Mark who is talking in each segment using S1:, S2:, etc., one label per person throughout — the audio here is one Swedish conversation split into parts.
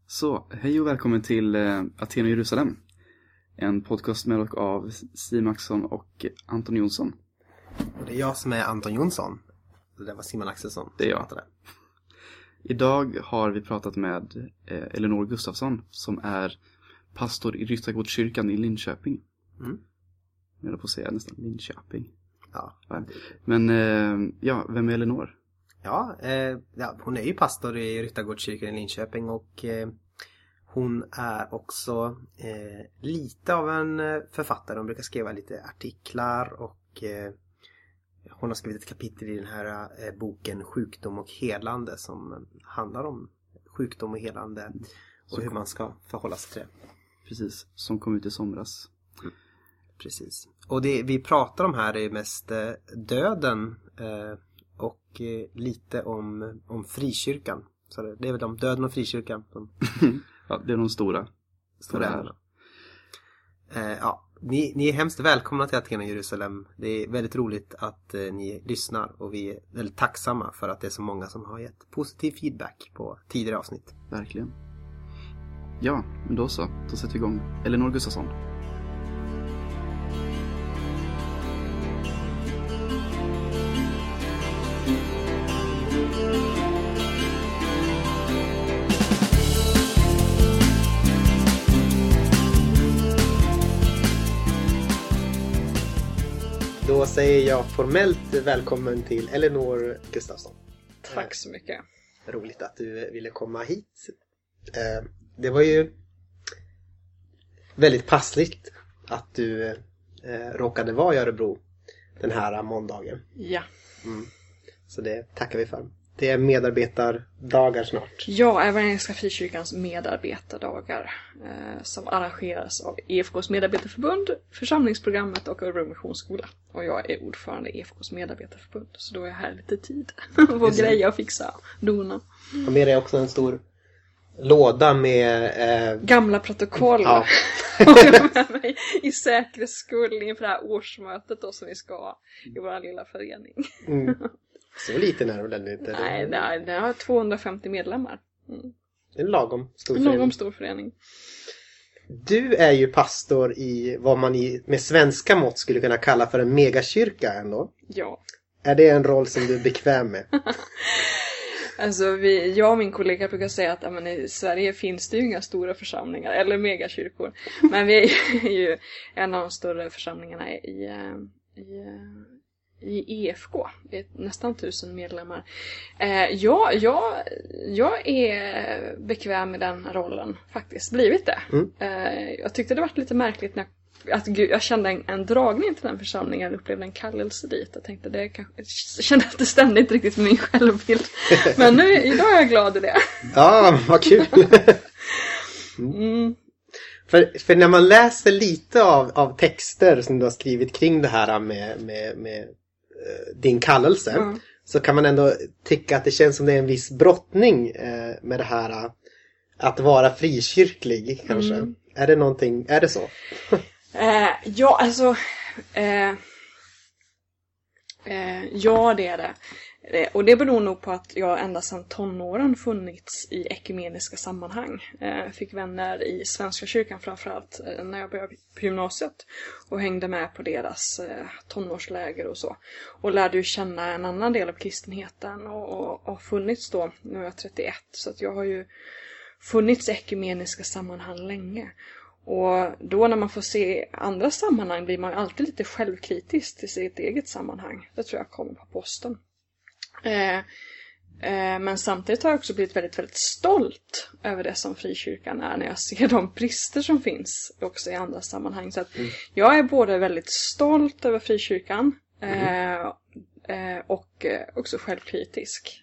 S1: Så, hej och välkommen till Aten och Jerusalem. En podcast med och av Simon Axelsson och Anton Jonsson.
S2: Och det är jag som är Anton Jonsson. Det var Simon Axelsson.
S1: Det är jag. Idag har vi pratat med Elinor Gustafsson som är pastor i Ryttargårdskyrkan i Linköping. Jag höll på att säga nästan Linköping.
S2: Ja.
S1: Men vem är Elinor?
S2: Ja, hon är ju pastor i Ryttargårdskyrkan i Linköping och hon är också lite av en författare. Hon brukar skriva lite artiklar och hon har skrivit ett kapitel i den här boken Sjukdom och helande som handlar om sjukdom och helande och hur man ska förhålla sig till det.
S1: Precis, som kom ut i somras.
S2: Precis. Och det vi pratar om här är mest döden och lite om frikyrkan. Så det är väl om döden och frikyrkan.
S1: Ja, det är de stora
S2: ämnena. Ni är hemskt välkomna till Aten och Jerusalem. Det är väldigt roligt att ni lyssnar och vi är väldigt tacksamma för att det är så många som har gett positiv feedback på tidigare avsnitt.
S1: Verkligen. Ja, men då så. Då sätter vi igång. Elinor Gustafsson.
S2: Då säger jag formellt välkommen till Elinor Gustafsson.
S3: Tack så mycket.
S2: Roligt att du ville komma hit. Det var ju väldigt passligt att du råkade vara i Örebro den här måndagen.
S3: Ja.
S2: Så det tackar vi för. Det är medarbetardagar snart.
S3: Ja, Evangeliska Frikyrkans medarbetardagar som arrangeras av EFKs medarbetarförbund, församlingsprogrammet och Örebro Missionsskola. Och jag är ordförande i EFKs medarbetarförbund, så då är jag här lite tid och greja och fixa dona.
S2: Och med det också en stor låda med
S3: gamla protokoll.
S2: Ja.
S3: Och jag med mig i säkerhets skull inför det här årsmötet då som vi ska ha i vår lilla förening.
S2: Så liten är det inte.
S3: Nej, det har 250 medlemmar.
S2: En lagom stor förening. Du är ju pastor i vad man med svenska mått skulle kunna kalla för en megakyrka ändå.
S3: Ja.
S2: Är det en roll som du är bekväm med?
S3: Alltså jag och min kollega brukar säga att i Sverige finns det ju inga stora församlingar eller megakyrkor. Men vi är ju en av de större församlingarna i EFK. Det är nästan 1000 medlemmar. Jag är bekväm med den rollen faktiskt. Blivit det. Jag tyckte det var lite märkligt när jag kände en dragning till den församlingen. Jag upplevde en kallelse dit. Jag tänkte jag kände att det stämde inte riktigt med min självbild. Men idag är jag glad i det.
S2: Ja, vad kul. För när man läser lite av texter som du har skrivit kring det här med din kallelse, så kan man ändå tycka att det känns som det är en viss brottning med det här att vara frikyrklig kanske. Är det så?
S3: Ja, alltså ja, det är det. Och det beror nog på att jag ända sedan tonåren funnits i ekumeniska sammanhang. Fick vänner i Svenska kyrkan framförallt när jag började på gymnasiet. Och hängde med på deras tonårsläger och så. Och lärde ju känna en annan del av kristenheten och funnits då, nu är jag 31. Så att jag har ju funnits i ekumeniska sammanhang länge. Och då när man får se andra sammanhang blir man alltid lite självkritisk till sitt eget sammanhang. Det tror jag kommer på posten. Men samtidigt har jag också blivit väldigt, väldigt stolt över det som frikyrkan är när jag ser de brister som finns också i andra sammanhang. Så att jag är både väldigt stolt över frikyrkan och också självkritisk.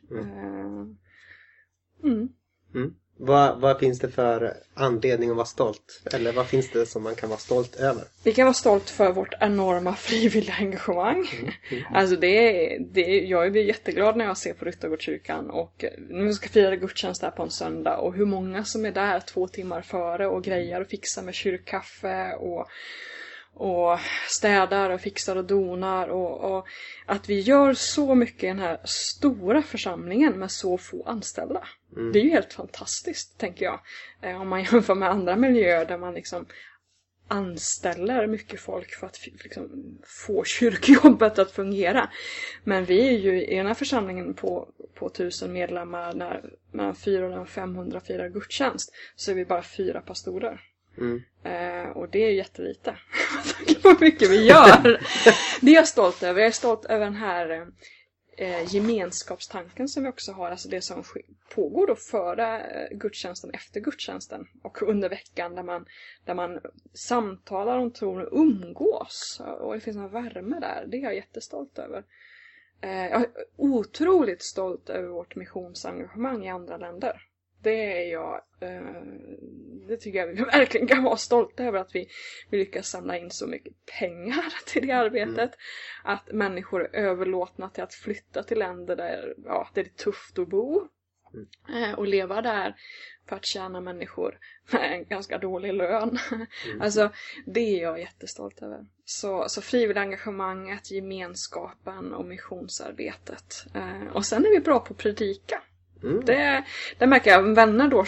S2: Vad finns det för anledning att vara stolt? Eller vad finns det som man kan vara stolt över?
S3: Vi kan vara stolt för vårt enorma frivilliga engagemang. Alltså jag blir jätteglad när jag ser på Ryttargårdskyrkan och nu ska fira gudstjänst där på en söndag och hur många som är där 2 timmar före och grejer och fixar med kyrkkaffe och städar och fixar och donar och att vi gör så mycket i den här stora församlingen med så få anställda. Det är ju helt fantastiskt, tänker jag. Om man jämför med andra miljöer där man liksom anställer mycket folk för att liksom få kyrkjobbet att fungera. Men vi är ju i den här församlingen på 1000 medlemmar när 400 och 500 firar gudstjänst, så är vi bara 4 pastorer. Och det är jättelite. Vad mycket vi gör. Det är jag stolt över. Jag är stolt över den här gemenskapstanken som vi också har. Alltså det som pågår då före gudstjänsten, efter gudstjänsten och under veckan där man samtalar om tron och umgås. Och det finns en värme där. Det är jag jättestolt över. Jag är otroligt stolt över vårt missionsengagemang i andra länder. Det är jag, det tycker jag vi verkligen kan vara stolta över, att vi lyckas samla in så mycket pengar till det arbetet. Att människor är överlåtna till att flytta till länder där det är tufft att bo och leva där för att tjäna människor med en ganska dålig lön. Alltså det är jag jättestolt över. Så frivillig engagemanget, gemenskapen och missionsarbetet. Och sen är vi bra på att predika. Det märker jag, vänner då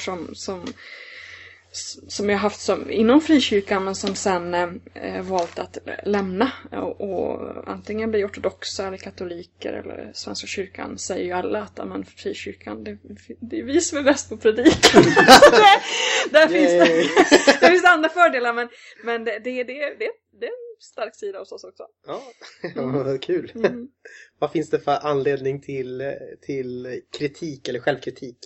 S3: som jag haft inom frikyrkan, men som sen valt att lämna och antingen bli ortodoxa eller katoliker eller Svenska kyrkan, säger ju alla att frikyrkan, det är vi som är bäst på predikan. Där finns det andra fördelar, men det är en stark sida hos oss också.
S2: Ja, vad kul. Vad finns det för anledning till kritik eller självkritik?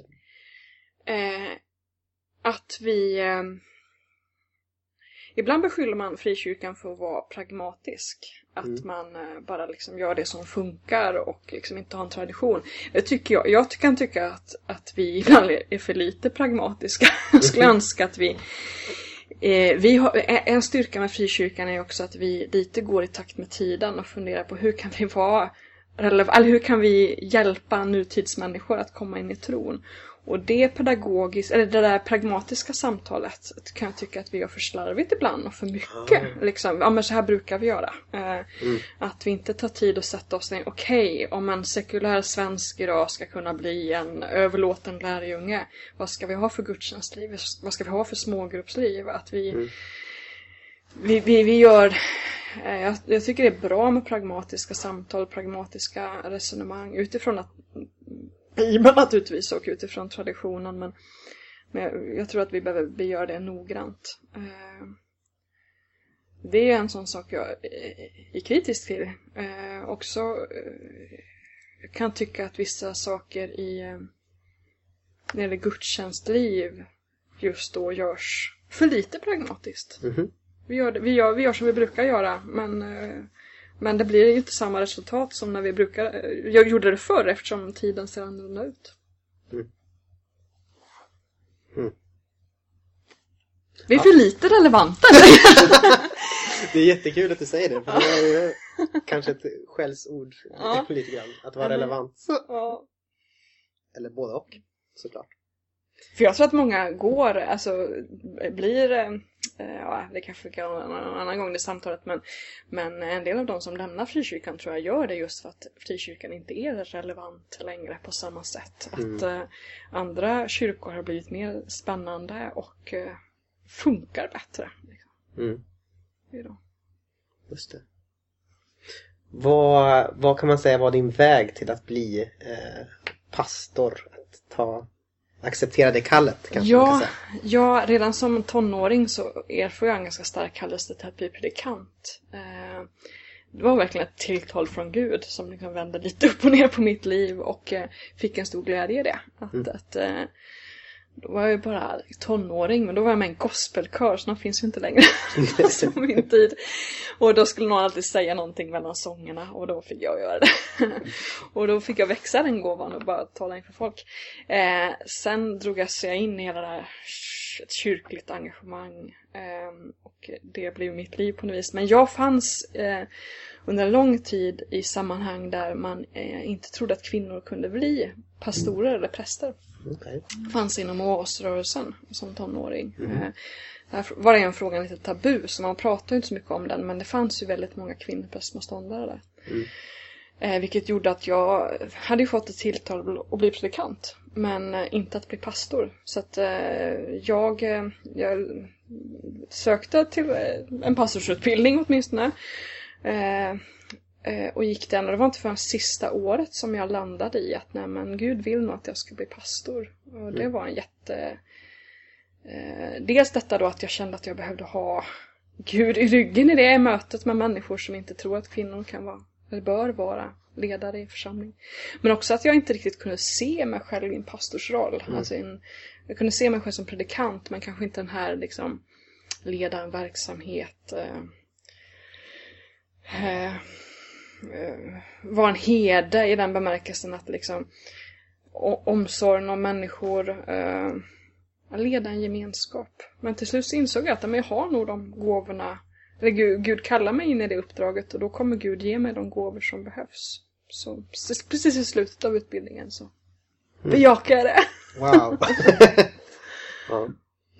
S3: Att vi ibland beskyller man frikyrkan för att vara pragmatisk. Att man bara liksom gör det som funkar och liksom inte har en tradition. Jag kan tycka att vi ibland är för lite pragmatiska. Jag skulle önska att vi har, en styrka med frikyrkan är också att vi lite går i takt med tiden och funderar på hur kan vi vara eller hur kan vi hjälpa nutidsmänniskor att komma in i tron. Och det det där pragmatiska samtalet kan jag tycka att vi gör för slarvigt ibland och för mycket. Liksom, men så här brukar vi göra. Att vi inte tar tid att sätta oss ner. Okej, om en sekulär svensk idag ska kunna bli en överlåten lärjunge, vad ska vi ha för gudstjänstliv? Vad ska vi ha för smågruppsliv? Att vi gör... Jag tycker det är bra med pragmatiska samtal, pragmatiska resonemang utifrån att Bibeln naturligtvis och utifrån traditionen, men jag tror att vi behöver göra det noggrant. Det är en sån sak jag är kritisk till. Också kan tycka att vissa saker när det gäller gudstjänstliv just då görs för lite pragmatiskt. Vi gör som vi brukar göra, men det blir ju inte samma resultat som när jag gjorde det förr, eftersom tiden ser annorlunda ut. Vi är för lite relevanta.
S2: Det är jättekul att du säger det, för det är ju kanske ett skällsord lite grann, att vara relevant. Eller både och, såklart.
S3: För jag tror att många blir... det kanske kan vara en annan gång det samtalet, men en del av de som lämnar frikyrkan tror jag gör det just för att frikyrkan inte är relevant längre på samma sätt. Att andra kyrkor har blivit mer spännande och funkar bättre. Liksom.
S2: Just det. Vad kan man säga var din väg till att bli pastor? Att acceptera det kallet, kanske man kan säga.
S3: Ja, redan som tonåring så erfor jag en ganska stark kallelse till att bli predikant. Det var verkligen ett tilltal från Gud som liksom vände lite upp och ner på mitt liv och fick en stor glädje i det. Då var jag ju bara tonåring, men då var jag med i en gospelkör, så de finns ju inte längre på min tid. Och då skulle någon alltid säga någonting mellan sångerna, och då fick jag göra det. Och då fick jag växa den gåvan och bara tala inför folk. Sen drog jag in i hela det här ett kyrkligt engagemang, och det blev mitt liv på något vis. Men jag fanns under en lång tid i sammanhang där man inte trodde att kvinnor kunde bli pastorer eller präster.
S2: Okay.
S3: Fanns inom oasrörelsen som tonåring. Där var det en fråga lite tabu, så man pratade inte så mycket om den, men det fanns ju väldigt många kvinnoprästmotståndare där. Vilket gjorde att jag hade ju fått ett tilltal att bli predikant, men inte att bli pastor. Så att jag sökte till en pastorsutbildning åtminstone. Och gick den, och det var inte förrän sista året som jag landade i att nej, men Gud vill nog att jag ska bli pastor. Och det var en dels detta då att jag kände att jag behövde ha Gud i ryggen i det mötet med människor som inte tror att kvinnor kan vara eller bör vara ledare i församling. Men också att jag inte riktigt kunde se mig själv i en pastorsroll. Alltså jag kunde se mig själv som predikant, men kanske inte den här liksom leda en verksamhet, vara en herde i den bemärkelsen att liksom omsorgen om människor, leda en gemenskap. Men till slut insåg jag att jag har nog de gåvorna, eller Gud kallar mig in i det uppdraget, och då kommer Gud ge mig de gåvor som behövs. Så precis i slutet av utbildningen så bejakar jag det.
S2: Wow. Ja.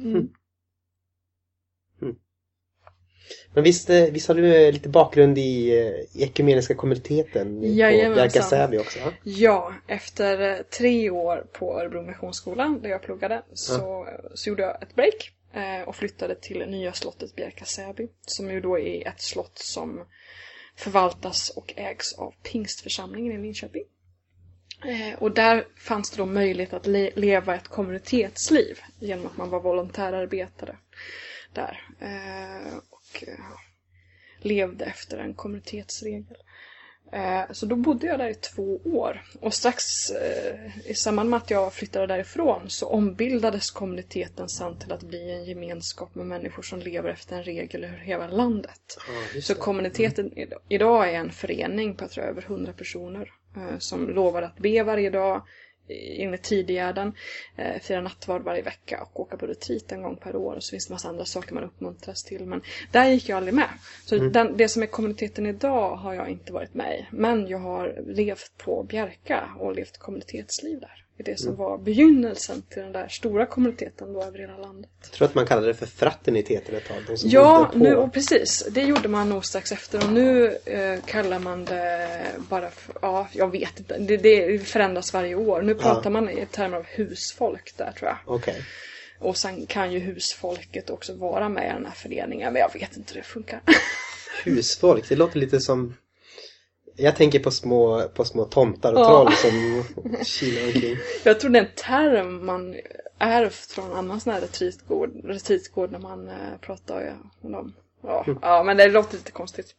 S2: Men visst har du lite bakgrund i ekumeniska kommuniteten på Bjärka Säby också?
S3: Ja, efter 3 år på Örebro Missionsskola där jag pluggade så gjorde jag ett break och flyttade till nya slottet Bjärka Säby, som ju då är ett slott som förvaltas och ägs av Pingstförsamlingen i Linköping. Och där fanns det då möjlighet att leva ett kommunitetsliv genom att man var volontärarbetare där. Och levde efter en kommunitetsregel. Så då bodde jag där i 2 år. Och strax i samband med att jag flyttade därifrån så ombildades kommuniteten sen till att bli en gemenskap med människor som lever efter en regel över hela landet. Så kommuniteten idag är en förening på över 100 personer som lovar att be varje dag in i tidigärden, fira nattvard varje vecka och åka på retreat en gång per år. Och så finns det en massa andra saker man uppmuntras till. Men där gick jag aldrig med. Så det som är kommuniteten idag har jag inte varit med i. Men jag har levt på Bjärka och levt kommunitetsliv där. Det är det som var begynnelsen till den där stora kommuniteten då över hela landet.
S2: Jag tror att man kallade det för fraterniteten ett tag.
S3: Ja, precis. Det gjorde man nog strax efter. Och nu kallar man det bara för, jag vet inte. Det förändras varje år. Nu pratar man i termer av husfolk där, tror jag.
S2: Okay.
S3: Och sen kan ju husfolket också vara med i den här föreningen. Men jag vet inte hur det funkar.
S2: Husfolk, det låter lite som... Jag tänker på små tomtar och troll som kilar omkring.
S3: Jag tror det är en term man ärvt från annan sån här retreatgård när man pratar om dem. Ja, men det låter lite konstigt.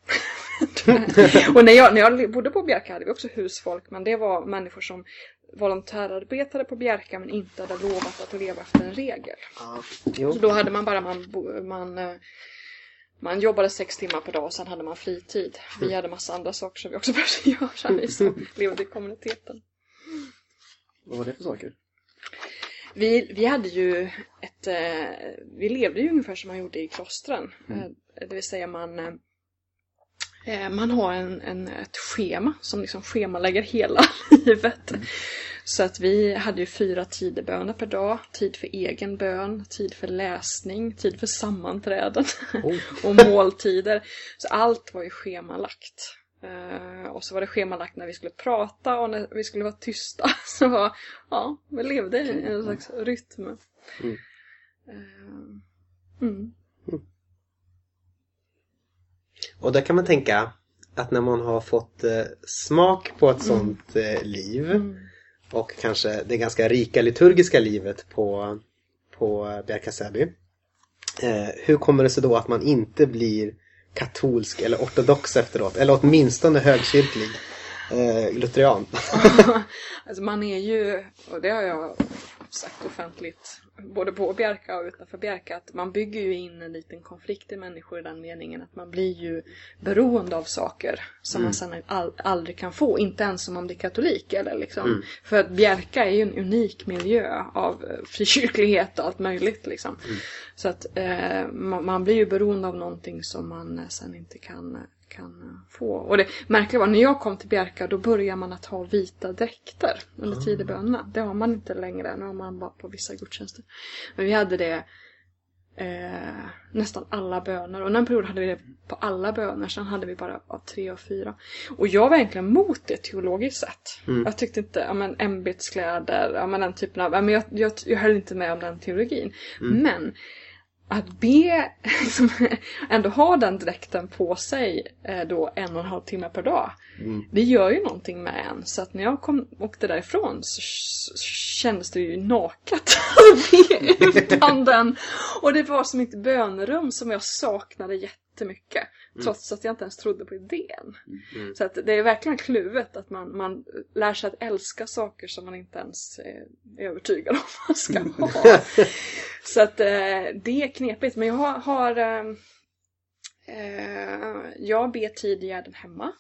S3: Och när jag bodde på Bjärka hade vi också husfolk, men det var människor som volontärarbetade på Bjärka men inte hade lovat att leva efter en regel. Så då hade man bara man jobbade 6 timmar per dag och sen hade man fritid. Vi hade massa andra saker som vi också behövde göra, vi som levde i kommuniteten.
S1: Vad var det för saker?
S3: Vi hade ju vi levde ju ungefär som man gjorde i klostren. Det vill säga man har ett schema som liksom schemalägger hela livet. Så att vi hade ju 4 tideböner per dag. Tid för egen bön, tid för läsning, tid för sammanträden och måltider. Så allt var ju schemalagt. Och så var det schemalagt när vi skulle prata och när vi skulle vara tysta. Så vi levde i en slags rytm.
S2: Och där kan man tänka att när man har fått smak på ett sånt liv och kanske det ganska rika liturgiska livet på Bjärka Säby, hur kommer det sig då att man inte blir katolsk eller ortodox efteråt, eller åtminstone högkyrklig lutheran?
S3: Alltså man är ju, och det har jag sagt offentligt både på Bjärka och utanför Bjärka, att man bygger ju in en liten konflikt i människor i den meningen att man blir ju beroende av saker som man sen aldrig kan få, inte ens om man blir katolik eller liksom. För att Bjärka är ju en unik miljö av frikyrklighet och allt möjligt liksom. Så att man blir ju beroende av någonting som man sen inte kan få. Och det märkliga var, när jag kom till Bjärka, då börjar man att ha vita dräkter under tidebönerna. Det har man inte längre, nu har man bara på vissa gudstjänster. Men vi hade det nästan alla böner. Och under en period hade vi det på alla böner. Sen hade vi bara 3 och 4. Och jag var egentligen mot det teologiskt sett. Jag tyckte inte, ämbetskläder, den typen av, jag höll inte med om den teologin. Men att be, liksom, ändå ha den dräkten på sig då 1,5 timme per dag. Det gör ju någonting med en. Så att när jag åkte därifrån så kändes det ju naket utan den. Och det var som ett bönerum som jag saknade jättemycket. Trots att jag inte ens trodde på idén. Så att det är verkligen kluvet att man lär sig att älska saker som man inte ens är övertygad om man ska ha. Så att det är knepigt. Men jag ber tidigare hemma.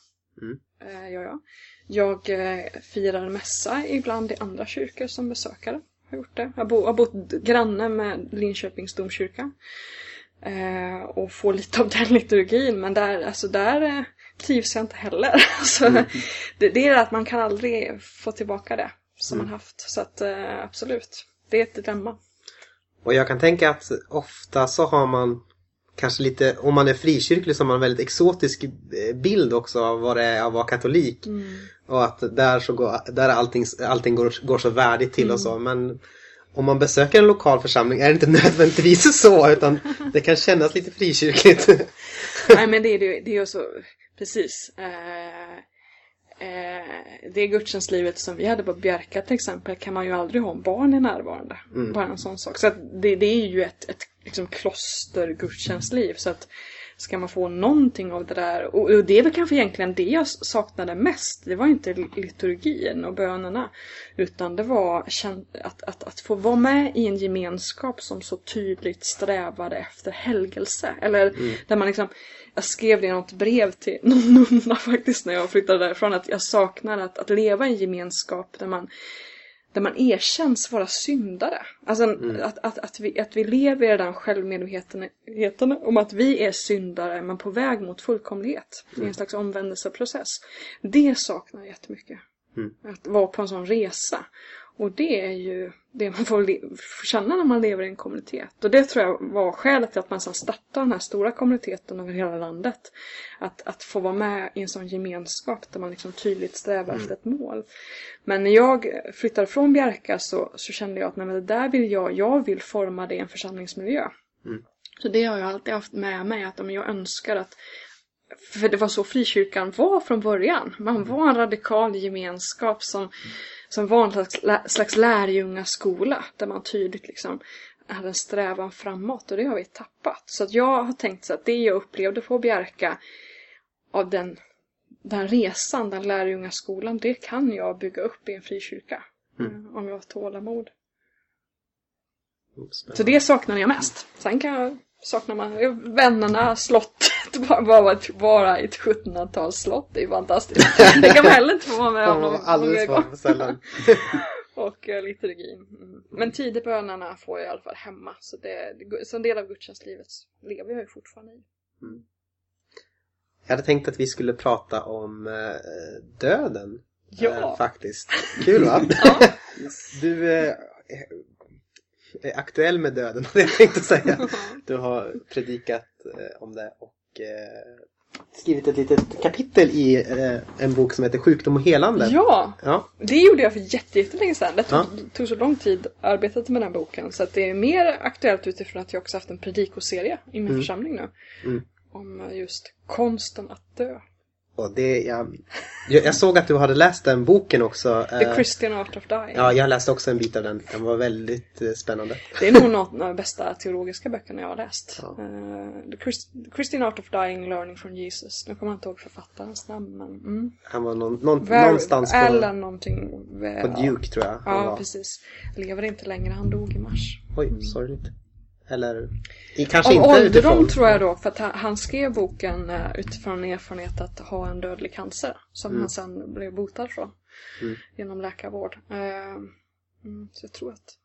S3: Jag firar mässa ibland i andra kyrkor som besökare. Har gjort det. Jag har bott granne med Linköpings domkyrka. Och få lite av den liturgin. Men där trivs jag inte heller. Alltså, det är att man kan aldrig få tillbaka det som man haft. Så att absolut, det är ett dilemma.
S2: Och jag kan tänka att ofta så har man kanske lite, om man är frikyrklig så har man en väldigt exotisk bild också av vad det är att vara katolik. Och att där allting går så värdigt till och så. Men om man besöker en lokal församling är det inte nödvändigtvis så, utan det kan kännas lite frikyrkligt.
S3: Nej, men det är ju så, precis. Det gudstjänstlivet som vi hade på Bjärka till exempel kan man ju aldrig ha barn i närvarande. Bara en sån sak. Så att det är ju ett liksom klostergudstjänstliv. Så att ska man få någonting av det där. Och det är väl kanske egentligen det jag saknade mest. Det var inte liturgin och bönerna. Utan det var att få vara med i en gemenskap som så tydligt strävade efter helgelse. Eller där man liksom, jag skrev det i något brev till någon nunna faktiskt när jag flyttade därifrån. Att jag saknar att leva i en gemenskap där man erkänns vara syndare. Alltså att vi lever i den självmedvetenheten om att vi är syndare men på väg mot fullkomlighet. I en slags omvändelseprocess. Det saknar jag jättemycket. Att vara på en sån resa. Och det är ju det man får känna när man lever i en kommunitet. Och det tror jag var skälet till att man sedan startade den här stora kommuniteten över hela landet. Att få vara med i en sån gemenskap där man liksom tydligt strävar efter ett mål. Men när jag flyttade från Bjärka så kände jag att det där vill jag vill forma det i en församlingsmiljö. Så det har jag alltid haft med mig, att om jag önskar att, för det var så frikyrkan var från början. Man var en radikal gemenskap som var en slags lärjungaskola där man tydligt liksom hade en strävan framåt, och det har vi tappat. Så att jag har tänkt så att det jag upplevde på Bjärka av den resan, den lärjungaskolan, det kan jag bygga upp i en frikyrka om jag har tålamod. Så det saknar jag mest. Sen saknar man vännerna, slottet, bara i ett 1700-tals slott. Det är fantastiskt. Det kan man heller inte få vara med om
S2: alldeles för sällan.
S3: Och liturgin. Men tidebönerna får jag i alla fall hemma. Så en del av gudstjänstlivet lever jag ju fortfarande i.
S2: Jag hade tänkt att vi skulle prata om döden.
S3: Ja.
S2: Faktiskt. Kul, va?
S3: Ja.
S2: Du är aktuell med döden, det jag tänkte säga. Du har predikat om det och skrivit ett litet kapitel i en bok som heter Sjukdom och helande.
S3: Ja. Det gjorde jag för jättelänge sedan. Det tog så lång tid arbetet med den boken. Så att det är mer aktuellt utifrån att jag också haft en predikoserie i min församling nu. Om just konsten att dö.
S2: Och jag såg att du hade läst den boken också.
S3: The Christian Art of Dying.
S2: Ja, jag läste också en bit av den. Den var väldigt spännande.
S3: Det är nog något av de bästa teologiska böckerna jag har läst.
S2: Ja.
S3: The Christian Art of Dying, Learning from Jesus. Nu kommer jag inte ihåg författarens namn. Men,
S2: Han var någonstans på Duke, tror jag.
S3: Ja, precis. Lever inte längre, han dog i mars.
S2: Oj, sorgligt. Eller kanske
S3: om
S2: inte
S3: ålderdom tror jag då, för att han skrev boken utifrån en erfarenhet att ha en dödlig cancer som han sen blev botad från genom läkarvård. Så jag tror att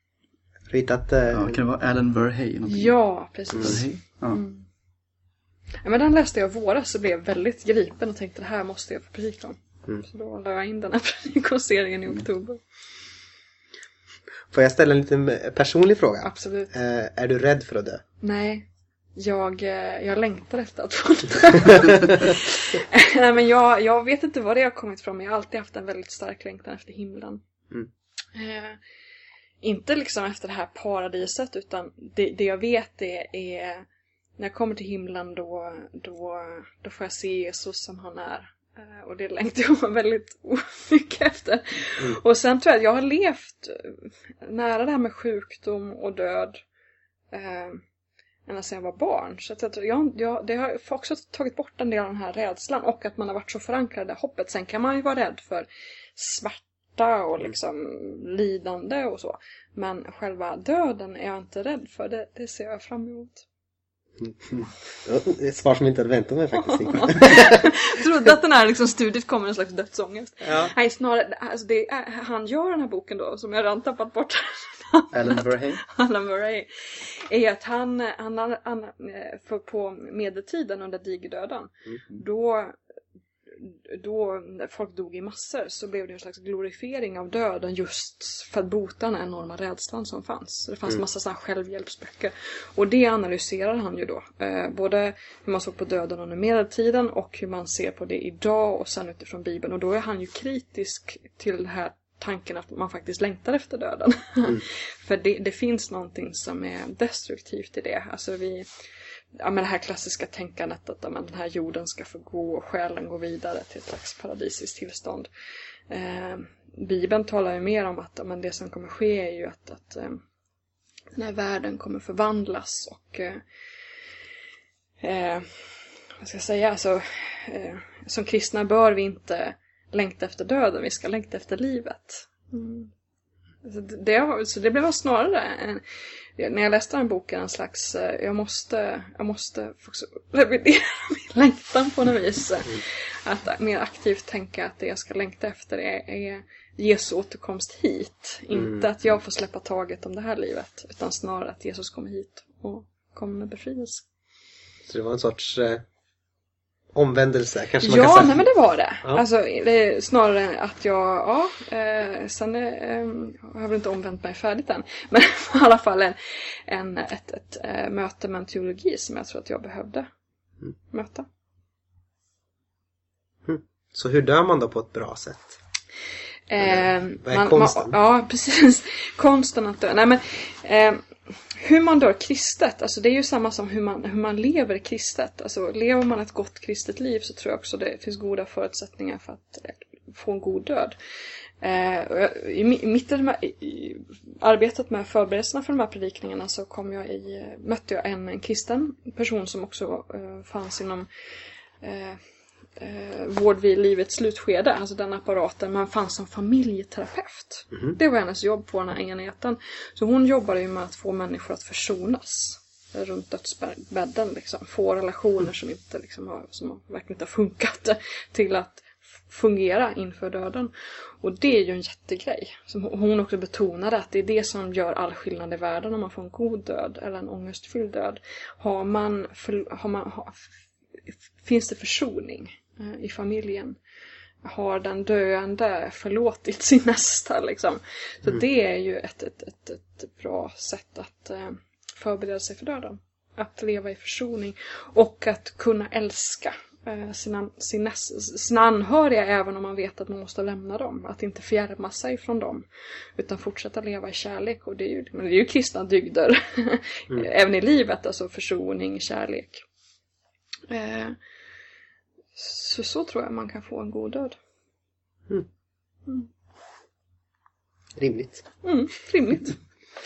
S1: kan det vara Alan Verhey?
S3: Ja, precis.
S1: Ja.
S3: Ja, men den läste jag våras så blev jag väldigt gripen och tänkte det här måste jag få predika om. Så då la jag in den här predikoserien i oktober.
S2: Får jag ställa en liten personlig fråga?
S3: Absolut.
S2: Är du rädd för att dö?
S3: Nej, jag längtar efter att få dö. Nej, men jag vet inte vad det har kommit från, men jag har alltid haft en väldigt stark längtan efter himlen. Inte liksom efter det här paradiset, utan det jag vet är när jag kommer till himlen då får jag se Jesus som han är. Och det längtar jag väldigt mycket efter. Och sen tror jag att jag har levt nära det här med sjukdom och död ända sedan jag var barn. Så att det har också tagit bort en del av den här rädslan. Och att man har varit så förankrad i det hoppet. Sen kan man ju vara rädd för smärta och liksom lidande och så. Men själva döden är jag inte rädd för. Det ser jag fram emot.
S2: Ett svar som inte hade väntat mig faktiskt.
S3: Trodde att den här liksom studiet kommer en slags dödsångest.
S2: Ja.
S3: Nej, snarare, alltså han gör den här boken då, som jag redan tappat bort. Alan Murray. Är att han för på medeltiden under digerdöden, då folk dog i massor, så blev det en slags glorifiering av döden just för att bota den enorma rädslan som fanns. Så det fanns massa sådana självhjälpsböcker. Och det analyserar han ju då. Både hur man såg på döden under medeltiden och hur man ser på det idag och sen utifrån Bibeln. Och då är han ju kritisk till den här tanken att man faktiskt längtar efter döden. För det finns någonting som är destruktivt i det. Alltså men det här klassiska tänkandet att den här jorden ska få gå och själen gå vidare till ett slags paradisiskt tillstånd. Bibeln talar ju mer om att det som kommer ske är ju att den här världen kommer förvandlas och vad ska jag säga, alltså, som kristna bör vi inte längta efter döden, vi ska längta efter livet. Så det blev snarare när jag läste den boken en slags jag måste revidera min längtan på något vis. Att mer aktivt tänka att det jag ska längta efter är Jesu återkomst hit. Inte att jag får släppa taget om det här livet, utan snarare att Jesus kommer hit och kommer med befrielse.
S2: Så det var en sorts omvändelse kanske man kan säga.
S3: Nej, men det var det.
S2: Ja.
S3: Alltså det är snarare att sen har jag väl inte omvänt mig färdigt än. Men i alla fall ett möte med en teologi som jag tror att jag behövde möta.
S2: Så hur dör man då på ett bra sätt? Vad är konsten?
S3: Ja, precis. Konsten att dö. Nej, men hur man dör kristet, alltså det är ju samma som hur man lever kristet. Alltså lever man ett gott kristet liv så tror jag också det finns goda förutsättningar för att få en god död. I arbetet med förberedelserna för de här predikningarna så mötte jag en kristen person som också fanns inom vård vid livets slutskede, alltså den apparaten, man fanns som familjeterapeut. Det var hennes jobb på den här enheten. Så hon jobbade ju med att få människor att försonas runt dödsbädden, liksom. Få relationer som inte som verkligen inte har funkat till att fungera inför döden. Och det är ju en jättegrej. Som hon också betonade att det är det som gör all skillnad i världen om man får en god död eller en ångestfylld död. Finns det försoning i familjen? Har den döende förlåtit sin nästa liksom? Så det är ju ett bra sätt att förbereda sig för döden. Att leva i försoning och att kunna älska sina anhöriga även om man vet att man måste lämna dem. Att inte fjärma sig från dem utan fortsätta leva i kärlek. Och det är ju kristna dygder även i livet, alltså försoning, kärlek. Så tror jag man kan få en god död.
S2: Rimligt.
S3: Rimligt.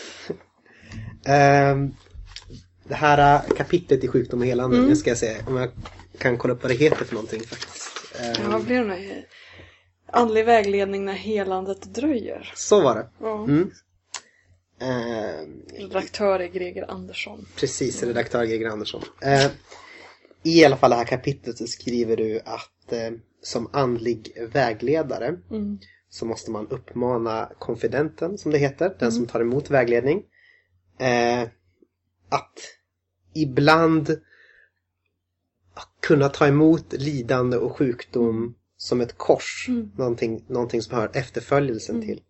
S2: Det här kapitlet i sjukdom och helande, nu ska jag se om jag kan kolla upp vad det heter för någonting faktiskt.
S3: Vad blir det? Andlig vägledning när helandet dröjer.
S2: Så var det.
S3: Ja. Redaktör är Greger Andersson.
S2: Precis, redaktör Greger Andersson. I alla fall det här kapitlet så skriver du att som andlig vägledare så måste man uppmana konfidenten, som det heter, den som tar emot vägledning, kunna ta emot lidande och sjukdom som ett kors. Någonting som hör efterföljelsen till.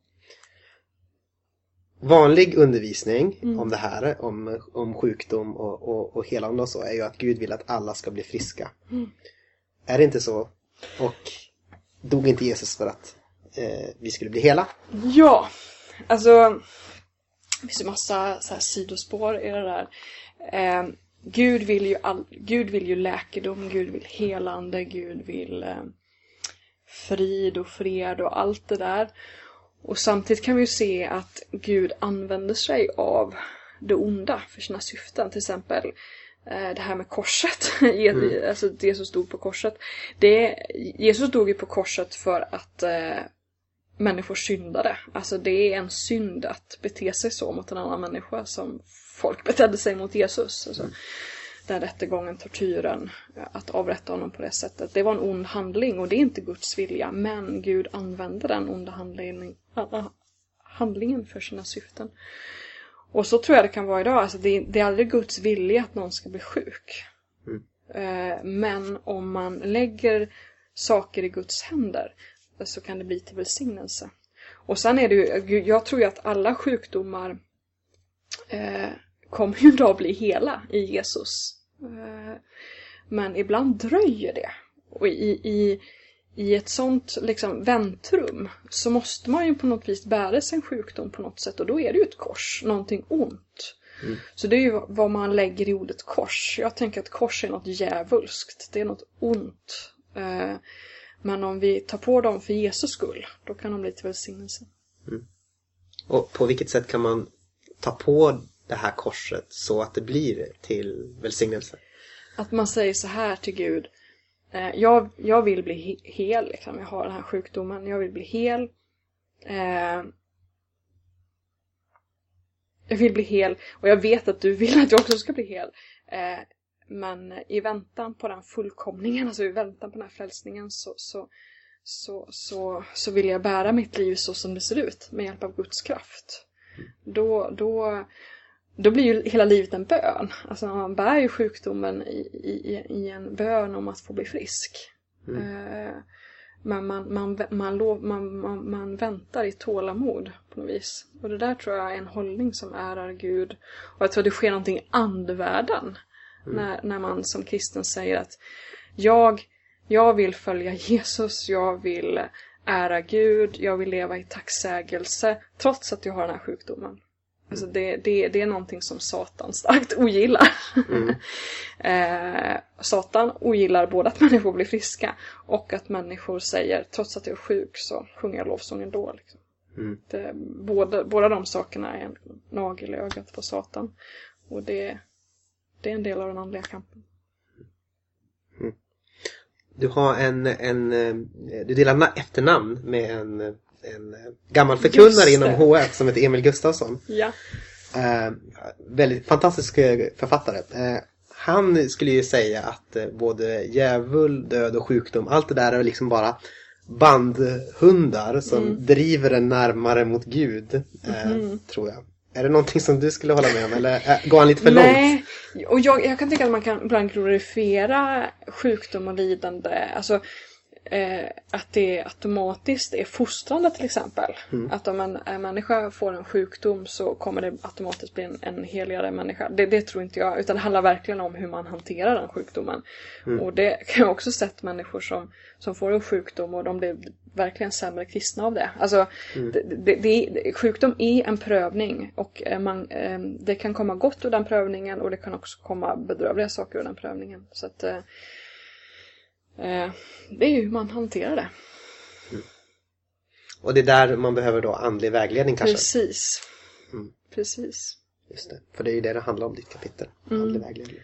S2: Vanlig undervisning om det här, om sjukdom och helande och så, är ju att Gud vill att alla ska bli friska. Är det inte så? Och dog inte Jesus för att vi skulle bli hela?
S3: Ja, alltså det finns ju massa så här sidospår i det där. Gud vill ju läkedom, Gud vill helande, Gud vill frid och fred och allt det där. Och samtidigt kan vi ju se att Gud använder sig av det onda för sina syften. Till exempel det här med korset. Alltså Jesus dog på korset. Jesus dog ju på korset för att människor syndade. Alltså det är en synd att bete sig så mot en annan människa som folk betedde sig mot Jesus. Alltså, den rättegången, tortyren, att avrätta honom på det sättet. Det var en ond handling och det är inte Guds vilja. Men Gud använde den onda handlingen för sina syften. Och så tror jag det kan vara idag. Alltså det är aldrig Guds vilja att någon ska bli sjuk. Men om man lägger saker i Guds händer så kan det bli till välsignelse. Och sen är det ju, jag tror ju att alla sjukdomar kommer ju då bli hela i Jesus. Men ibland dröjer det. Och i ett sånt liksom väntrum så måste man ju på något vis bära sin sjukdom på något sätt. Och då är det ju ett kors, någonting ont. Så det är ju vad man lägger i ordet kors. Jag tänker att kors är något djävulskt. Det är något ont. Men om vi tar på dem för Jesus skull, då kan de bli till välsignelse.
S2: Och på vilket sätt kan man ta på det här korset så att det blir till välsignelse?
S3: Att man säger så här till Gud. Jag vill bli hel. Liksom. Jag har den här sjukdomen. Jag vill bli hel. Jag vill bli hel. Och jag vet att du vill att jag också ska bli hel. Men i väntan på den fullkomningen. Alltså i väntan på den här frälsningen. Så vill jag bära mitt liv så som det ser ut. Med hjälp av Guds kraft. Då blir ju hela livet en bön. Alltså man bär ju sjukdomen i en bön om att få bli frisk. Men man väntar i tålamod på något vis. Och det där tror jag är en hållning som ärar Gud. Och jag tror det sker någonting i andevärlden. När man som kristen säger att jag vill följa Jesus, jag vill ära Gud, jag vill leva i tacksägelse trots att jag har den här sjukdomen. Alltså det är någonting som Satan starkt ogillar. Satan ogillar både att människor blir friska och att människor säger trots att jag är sjuk så sjunger jag lovsång ändå. Liksom. Båda de sakerna är en nagel i ögat på Satan. Och det är en del av den andliga kampen.
S2: Du har du delar efternamn med en gammal förkunnare inom HF som heter Emil Gustafsson.
S3: Ja.
S2: Väldigt fantastisk författare. Han skulle ju säga att både djävul, död och sjukdom, allt det där är liksom bara bandhundar som driver en närmare mot Gud, tror jag. Är det någonting som du skulle hålla med om? Eller går han lite för långt?
S3: Nej, och jag kan tycka att man kan ibland glorifiera sjukdom och lidande. Alltså att det automatiskt är fostrande till exempel. Att om en människa får en sjukdom så kommer det automatiskt bli en heligare människa. Det tror inte jag. Utan det handlar verkligen om hur man hanterar den sjukdomen. Och det kan jag också sett människor som får en sjukdom och de blir verkligen sämre kristna av det. Alltså sjukdom är en prövning. Och det kan komma gott ur den prövningen och det kan också komma bedrövliga saker ur den prövningen. Så att det är ju hur man hanterar det.
S2: Och det är där man behöver då andlig vägledning kanske?
S3: Precis. Precis.
S2: Just det. För det är ju det handlar om ditt kapitel. Andlig vägledning.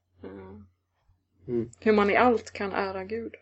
S3: Hur man i allt kan ära Gud.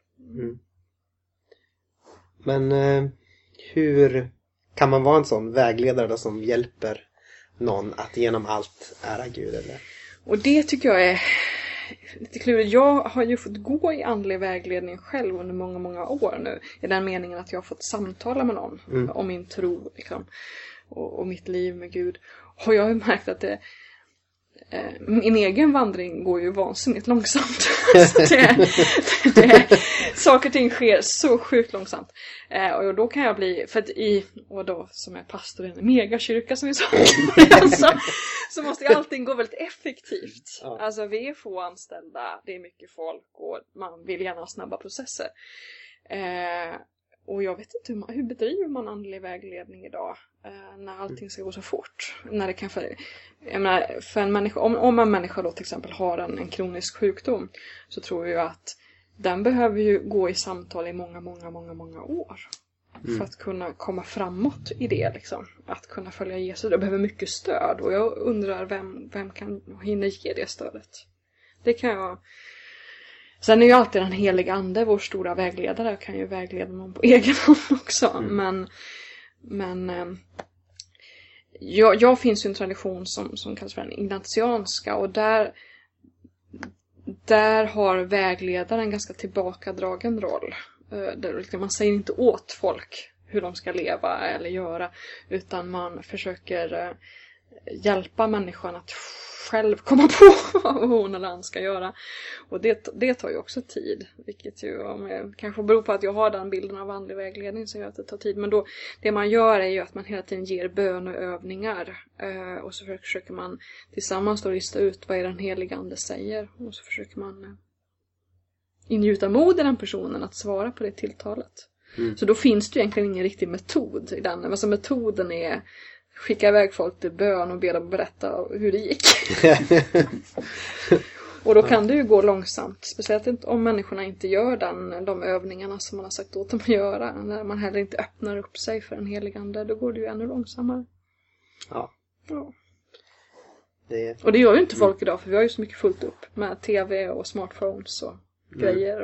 S2: Men hur kan man vara en sån vägledare då som hjälper någon att genom allt ära Gud? Eller?
S3: Och det tycker jag är lite klurigt. Jag har ju fått gå i andlig vägledning själv under många, många år nu. I den meningen att jag har fått samtala med någon om min tro liksom, och mitt liv med Gud. Och jag har ju märkt att min egen vandring går ju vansinnigt långsamt. Så saker och ting sker så sjukt långsamt. Och då kan jag bli, för att och då som är pastor i en megakyrka som vi sa, så måste ju allting gå väldigt effektivt.
S2: Ja.
S3: Alltså vi är få anställda, det är mycket folk och man vill gärna ha snabba processer. Och jag vet inte hur bedriver man andlig vägledning idag när allting ska gå så fort. När det kan för en människa, om en människa då till exempel har en kronisk sjukdom, så tror jag att den behöver ju gå i samtal i många år. För att kunna komma framåt i det liksom. Att kunna följa Jesus. Det behöver mycket stöd. Och jag undrar vem kan hinna ge det stödet. Det kan jag. Sen är ju alltid den heliga ande vår stora vägledare. Kan ju vägleda någon på egen hand också. Men jag finns ju en tradition som kallas för den ignatianska. Och där har vägledaren en ganska tillbakadragen roll. Där man säger inte åt folk hur de ska leva eller göra. Utan man försöker hjälpa människan att själv komma på vad hon eller han ska göra. Och det tar ju också tid. Vilket ju kanske beror på att jag har den bilden av andlig vägledning som gör att det tar tid. Men då, det man gör är ju att man hela tiden ger böneövningar. Och så försöker man tillsammans då lista ut vad är den heliga ande säger. Och så försöker man ingjuta mod i den personen att svara på det tilltalet. Så då finns det ju egentligen ingen riktig metod i den. Alltså metoden är skicka iväg folk till bön och be dem berätta hur det gick. Och då kan det ju gå långsamt. Speciellt om människorna inte gör de övningarna som man har sagt åt dem att göra. När man heller inte öppnar upp sig för en helig ande, då går det ju ännu långsammare.
S2: Ja.
S3: Och det gör ju inte folk idag, för vi har ju så mycket fullt upp med tv och smartphones och grejer.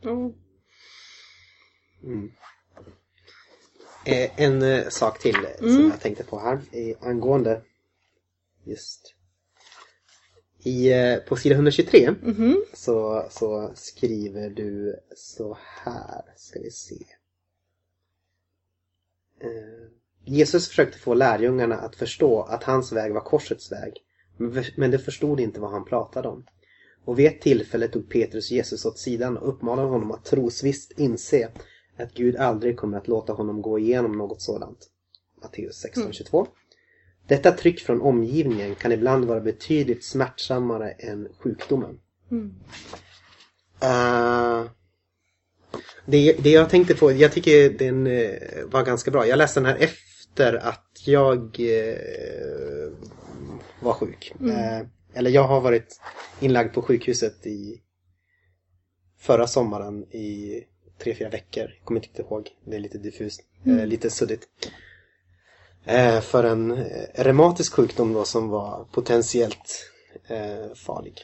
S2: En sak till som jag tänkte på här angående just på sida 123 så skriver du så här, ska vi se. Jesus försökte få lärjungarna att förstå att hans väg var korsets väg, men de förstod inte vad han pratade om. Och vid ett tillfälle tog Petrus Jesus åt sidan och uppmanade honom att trosvisst inse att Gud aldrig kommer att låta honom gå igenom något sådant. Matteus 16:22. Detta tryck från omgivningen kan ibland vara betydligt smärtsammare än sjukdomen. Det jag tänkte på, jag tycker den var ganska bra. Jag läste den här efter att jag var sjuk. Eller jag har varit inlagd på sjukhuset förra sommaren i 3-4 veckor. Jag kommer inte ihåg. Det är lite diffust. Lite suddigt. För en reumatisk sjukdom då som var potentiellt farlig.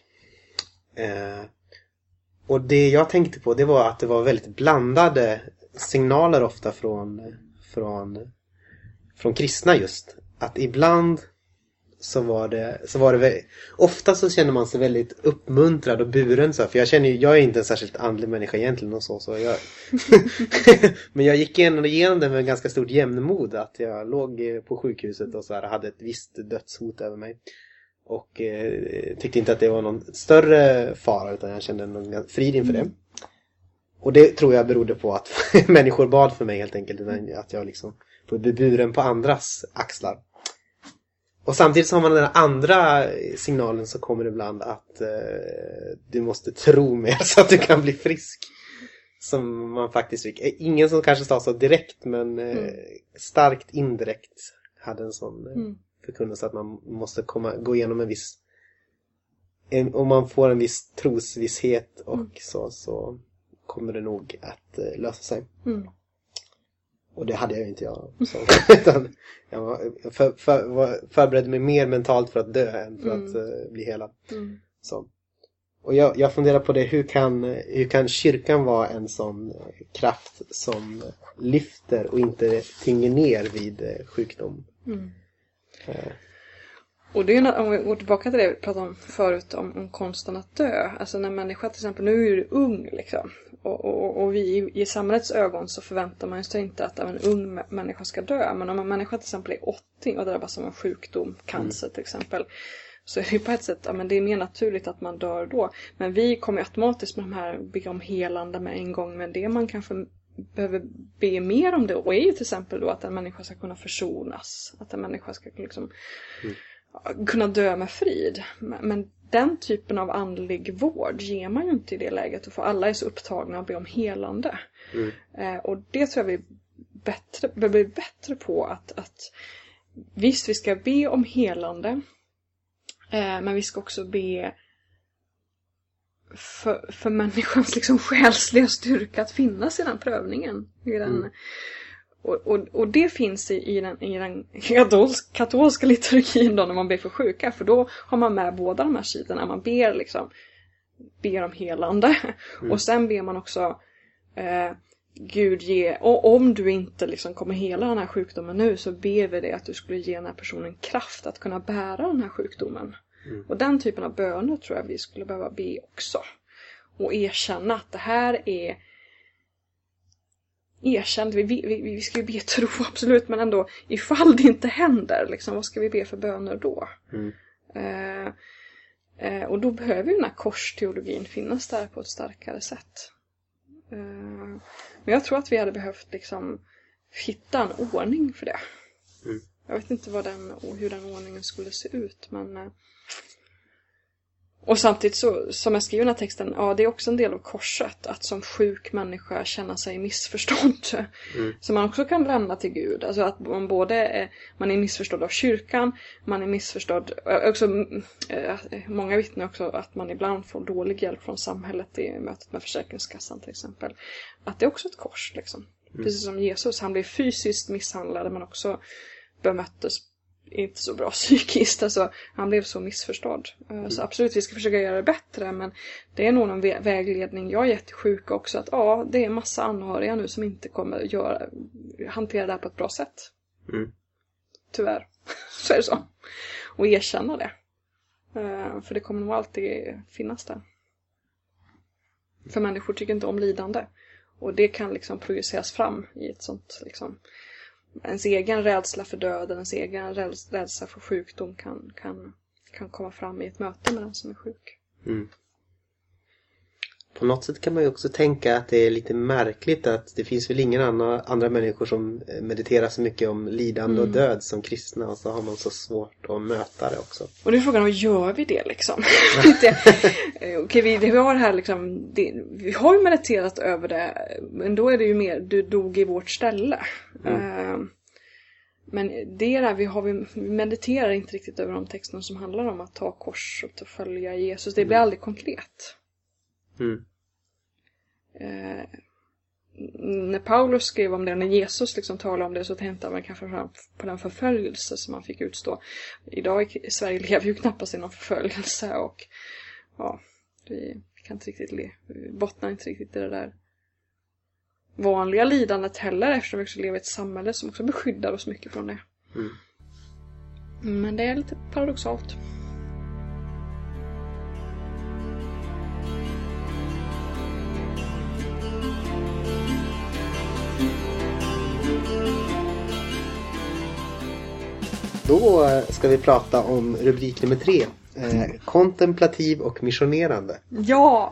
S2: Och det jag tänkte på, det var att det var väldigt blandade signaler ofta från kristna just. Att ibland så var det ofta så känner man sig väldigt uppmuntrad och buren så, för jag är inte en särskilt andlig människa egentligen och så jag men jag gick igenom det med en ganska stort jämnmod, att jag låg på sjukhuset och så här, hade ett visst dödshot över mig och tyckte inte att det var någon större fara, utan jag kände någon frid inför det. Och det tror jag berodde på att människor bad för mig helt enkelt, att jag liksom får bli buren på andras axlar. Och samtidigt så har man den andra signalen, så kommer det ibland att du måste tro mer så att du kan bli frisk. Som man faktiskt fick. Ingen som kanske sa så direkt, men starkt indirekt hade en sån förkunnelse att man måste gå igenom en viss... om man får en viss trosvisshet och så kommer det nog att lösa sig. Och det hade jag ju inte utan jag förberedde mig mer mentalt för att dö än för att bli helad. Så. Och jag funderar på det, hur kan kyrkan vara en sån kraft som lyfter och inte tynger ner vid sjukdom?
S3: Och det är ju, om vi går tillbaka till det vi pratade om förut om konsten att dö. Alltså när människa till exempel, nu är du ung liksom. Och vi i samhällets ögon så förväntar man sig inte att en ung människa ska dö. Men om en människa till exempel är 80 och drabbas av en sjukdom, cancer till exempel. Så är det ju på ett sätt, ja, men det är mer naturligt att man dör då. Men vi kommer automatiskt med de här be om helande med en gång. Men det man kanske behöver be mer om det. Och är ju till exempel då att en människa ska kunna försonas. Att en människa ska liksom kunna dö med frid. Men den typen av andlig vård ger man ju inte i det läget. För alla är så upptagna att be om helande. Och det tror jag vi bör bli bättre på. Att visst, vi ska be om helande. Men vi ska också be för människans liksom själsliga styrka att finnas i den prövningen. Och det finns i den katolska liturgin då när man ber för sjuka. För då har man med båda de här sidorna. Man ber om helande. Och sen ber man också Gud ge, och om du inte liksom kommer hela den här sjukdomen nu, så ber vi dig att du skulle ge den här personen kraft att kunna bära den här sjukdomen. Och den typen av böner tror jag vi skulle behöva be också. Och erkänna att det här är erkänt. Vi ska ju be tro, absolut, men ändå ifall det inte händer, liksom, vad ska vi be för böner då? Och då behöver ju den här korsteologin finnas där på ett starkare sätt. Men jag tror att vi hade behövt liksom hitta en ordning för det. Jag vet inte hur den ordningen skulle se ut, men och samtidigt så, som jag skriver i den här texten, ja, det är också en del av korset att som sjuk människa känna sig missförstådd. Så man också kan lämna till Gud. Alltså att man är missförstådd av kyrkan, man är missförstådd också, många vittnar också att man ibland får dålig hjälp från samhället i mötet med Försäkringskassan till exempel. Att det är också ett kors liksom. Precis som Jesus, han blev fysiskt misshandlad men också bemöttes inte så bra psykiskt, alltså han blev så missförstådd. Så absolut, vi ska försöka göra det bättre, men det är nog en vägledning jag har gett till sjuka också, att ja, det är en massa anhöriga nu som inte kommer hantera det här på ett bra sätt. Tyvärr, så är det så. Och erkänna det. För det kommer nog alltid finnas där. För människor tycker inte om lidande. Och det kan liksom projiceras fram i ett sånt liksom, ens egen rädsla för döden, ens egen rädsla för sjukdom kan komma fram i ett möte med den som är sjuk.
S2: På något sätt kan man ju också tänka att det är lite märkligt att det finns väl ingen andra människor som mediterar så mycket om lidande och död som kristna, och så har man så svårt att möta det också. Och
S3: det är frågan, vad gör vi det liksom? Okej, vi har här liksom, vi har ju mediterat över det, men då är det ju mer, du dog i vårt ställe. Men det är där vi mediterar inte riktigt över de texterna som handlar om att ta kors och att följa Jesus. Det blir aldrig konkret. När Paulus skrev om det, när Jesus liksom talade om det, så tänkte man kanske på den förföljelse som man fick utstå. Idag i Sverige lever ju knappast i någon förföljelse, och ja, vi kan inte riktigt bottnar inte riktigt i det där vanliga lidandet heller, eftersom vi också lever i ett samhälle som också beskyddar oss mycket från det. Men det är lite paradoxalt.
S2: Då ska vi prata om rubrik nummer 3. Kontemplativ och missionerande.
S3: Ja!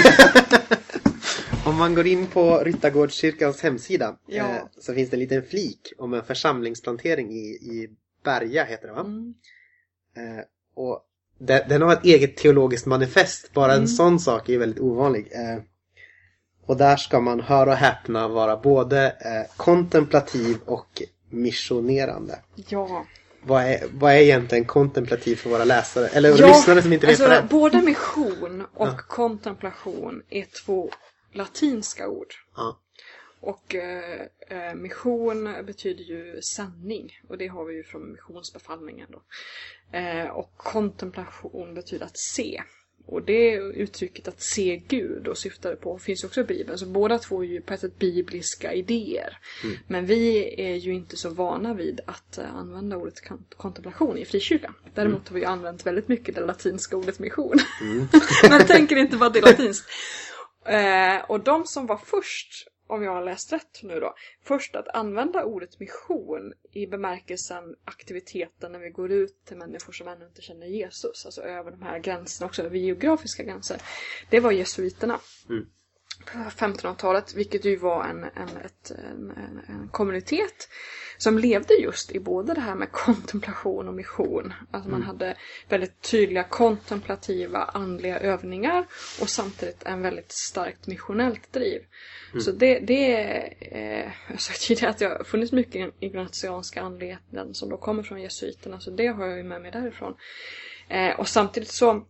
S2: Om man går in på Ryttargårdskyrkans hemsida så finns det en liten flik om en församlingsplantering i Berga, heter det, va? Och den har ett eget teologiskt manifest. Bara en sån sak är väldigt ovanlig. Och där ska man, höra och häpna, vara både kontemplativ och missionerande.
S3: Ja.
S2: Vad är egentligen kontemplativ för våra läsare? Eller lyssnare som inte vet vad det är?
S3: Både mission och kontemplation är 2 latinska ord. Och mission betyder ju sändning. Och det har vi ju från missionsbefallningen då. Och kontemplation betyder att se. Och det uttrycket att se Gud och syftade på finns också i Bibeln. Så båda två är ju på ett sätt bibliska idéer. Men vi är ju inte så vana vid att använda ordet kontemplation i frikyrkan. Däremot har vi använt väldigt mycket det latinska ordet mission. Men tänker inte på att det är latinskt. Och de som var först, om jag har läst rätt nu då, först att använda ordet mission i bemärkelsen aktiviteten när vi går ut till människor som ännu inte känner Jesus, alltså över de här gränserna också, över geografiska gränser, det var jesuiterna på 1500-talet, vilket ju var en kommunitet som levde just i både det här med kontemplation och mission. Alltså man hade väldigt tydliga kontemplativa andliga övningar och samtidigt en väldigt starkt missionellt driv. Så jag sa tidigare att jag har funnits mycket ignatianska andligheten som då kommer från jesuiterna, så det har jag ju med mig därifrån. Och samtidigt så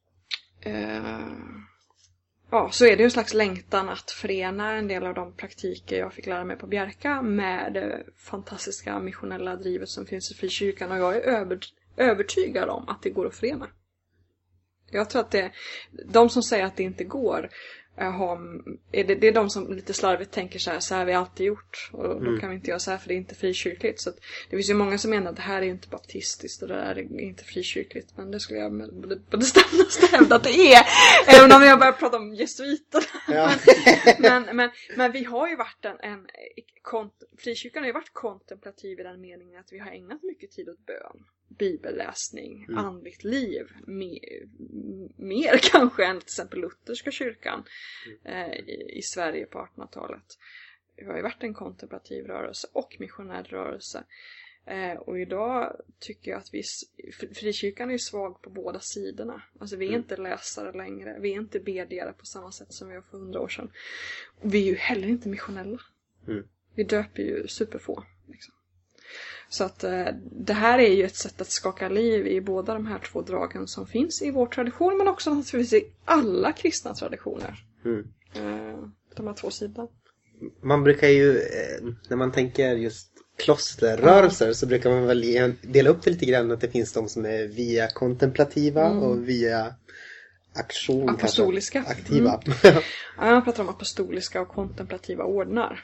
S3: så är det ju en slags längtan att förena en del av de praktiker jag fick lära mig på Bjärka med det fantastiska missionella drivet som finns i frikyrkan. Och jag är övertygad om att det går att förena. Jag tror att de som säger att det inte går, det är de som lite slarvigt tänker så här har vi alltid gjort. Och då kan vi inte göra så här för det är inte frikyrkligt. Så det finns ju många som menar att det här är inte baptistiskt och det där är inte frikyrkligt. Men det skulle jag med det bestämdaste hävda att det är. Även om jag börjar prata om jesuiter. Ja. men vi har ju varit frikyrkan har ju varit kontemplativ i den meningen att vi har ägnat mycket tid åt bön, bibelläsning, andligt liv, mer kanske än till exempel lutherska kyrkan i Sverige på 1800-talet. Det har ju varit en kontemplativ rörelse och missionär rörelse. Och idag tycker jag att frikyrkan är ju svag på båda sidorna. Alltså vi är inte läsare längre. Vi är inte bedjare på samma sätt som vi var för 100 år sedan. Och vi är ju heller inte missionella. Vi döper ju superfå. Liksom. Så att det här är ju ett sätt att skaka liv i båda de här två dragen som finns i vår tradition. Men också naturligtvis i alla kristna traditioner. De här två sidorna.
S2: Man brukar ju, när man tänker just klosterrörelser så brukar man väl dela upp det lite grann att det finns de som är via kontemplativa och via aktion,
S3: apostoliska.
S2: Aktiva.
S3: Jag pratar om apostoliska och kontemplativa ordnar.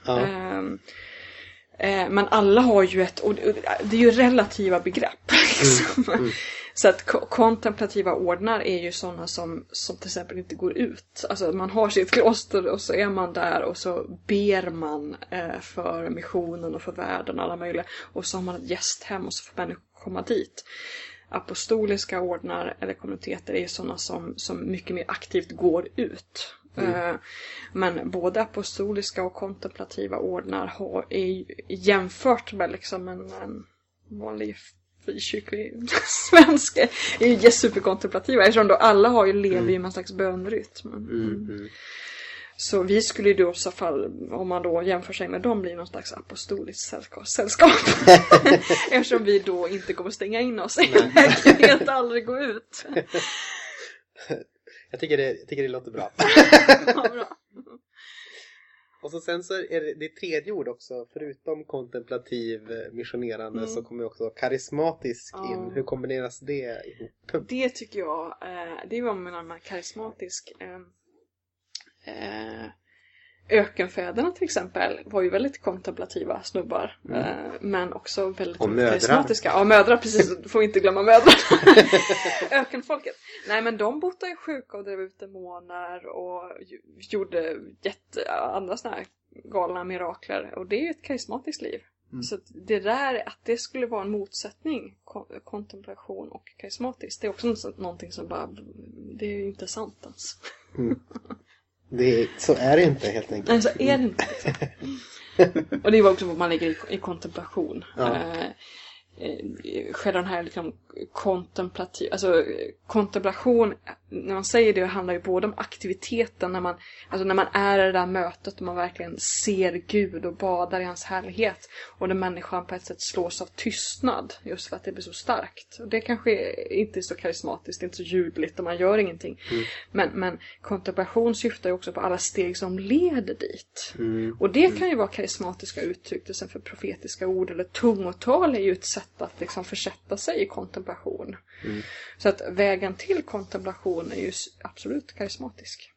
S3: Men alla har ju och det är ju relativa begrepp. Så att kontemplativa ordnar är ju sådana som till exempel inte går ut. Alltså man har sitt kloster och så är man där och så ber man för missionen och för världen och alla möjliga. Och så har man ett gästhem och så får människor komma dit. Apostoliska ordnar eller kommuniteter är ju sådana som mycket mer aktivt går ut. Men både apostoliska och kontemplativa ordnar är jämfört med liksom en vanlig frikyrklig svensk är ju superkontemplativa eftersom då alla har ju lever i en slags bönrytm. Så vi skulle ju då i så fall, om man då jämför sig med dem, bli någon slags apostoliskt sällskap. Eftersom vi då inte kommer stänga in oss i lägenhet aldrig gå ut.
S2: Jag tycker det låter bra.
S3: Ja, bra.
S2: Och så sen så är det tredje ord också. Förutom kontemplativ missionerande så kommer också karismatisk in. Hur kombineras det ihop?
S3: Det tycker jag, det är vad man menar med karismatisk. Ökenfäderna till exempel var ju väldigt kontemplativa snubbar. Men också väldigt karismatiska. Ja, mödrar, precis. Får inte glömma mödrar. Ökenfolket. Nej, men de botade ju sjuka och drev ut demoner och gjorde andra såna här galna mirakler. Och det är ju ett karismatiskt liv. Så det där, att det skulle vara en motsättning, kontemplation och karismatiskt, det är också någonting som bara, det är ju inte sant ens.
S2: Så är det inte helt enkelt.
S3: Nej, så är det inte. Liksom. Och det var också vad man lägger i kontemplation. Själva den här liksom kontemplation, när man säger det handlar ju både om aktiviteten när man är i det där mötet och man verkligen ser Gud och badar i hans härlighet och när människan på ett sätt slås av tystnad just för att det blir så starkt. Och det kanske inte är så karismatiskt, inte så ljudligt och man gör ingenting. Men kontemplation syftar ju också på alla steg som leder dit. Och det kan ju vara karismatiska uttryck, till exempel profetiska ord eller tungotal är ju ett sätt att liksom försätta sig i kontemplation. Så att vägen till kontemplation hon är ju absolut karismatisk.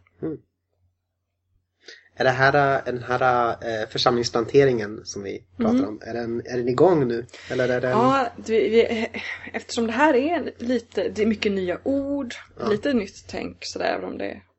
S2: Är det här, den här församlingsplanteringen som vi pratar om, är den igång nu? Eller är den...
S3: Ja, eftersom det här är lite, det är mycket nya ord, lite nytt tänk sådär, även om det är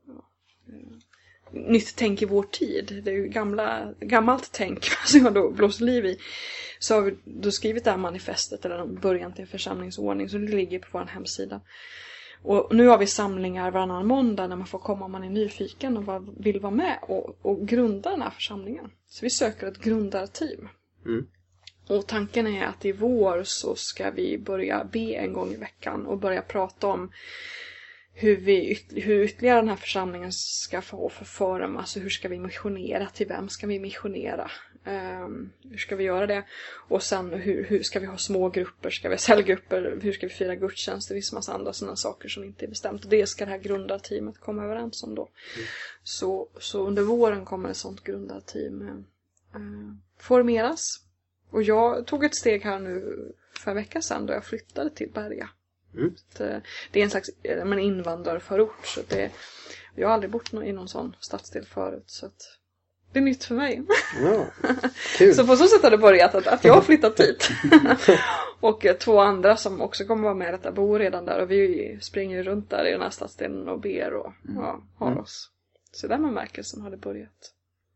S3: nytt tänk i vår tid. Det är ju gammalt tänk som jag då blåst liv i. Så har vi då skrivit det här manifestet, eller början till en församlingsordning, så det ligger på vår hemsida. Och nu har vi samlingar varannan måndag när man får komma om man är nyfiken och vill vara med och grunda den här församlingen. Så vi söker ett grundarteam. Och tanken är att i vår så ska vi börja be en gång i veckan och börja prata om hur ytterligare den här församlingen ska få för form. Alltså hur ska vi missionera? Till vem ska vi missionera? Hur ska vi göra det? Och sen hur ska vi ha små grupper? Ska vi ha cellgrupper? Hur ska vi fira gudstjänst? Det finns massa andra sådana saker som inte är bestämt. Och det ska det här grundarteamet komma överens om då. Så under våren kommer ett sånt grundarteam formeras. Och jag tog ett steg här nu för en vecka sedan då jag flyttade till Berga. Det är en slags invandrarförort. Så jag har aldrig bott i någon sån stadsdel förut. Så att det är nytt för mig.
S2: Ja, kul.
S3: Så på så sätt har det börjat att jag har flyttat hit. Och 2 andra som också kommer vara med detta bor redan där. Och vi springer runt där i den här stadsdelen och ber och har oss. Så där med märkelsen har det börjat.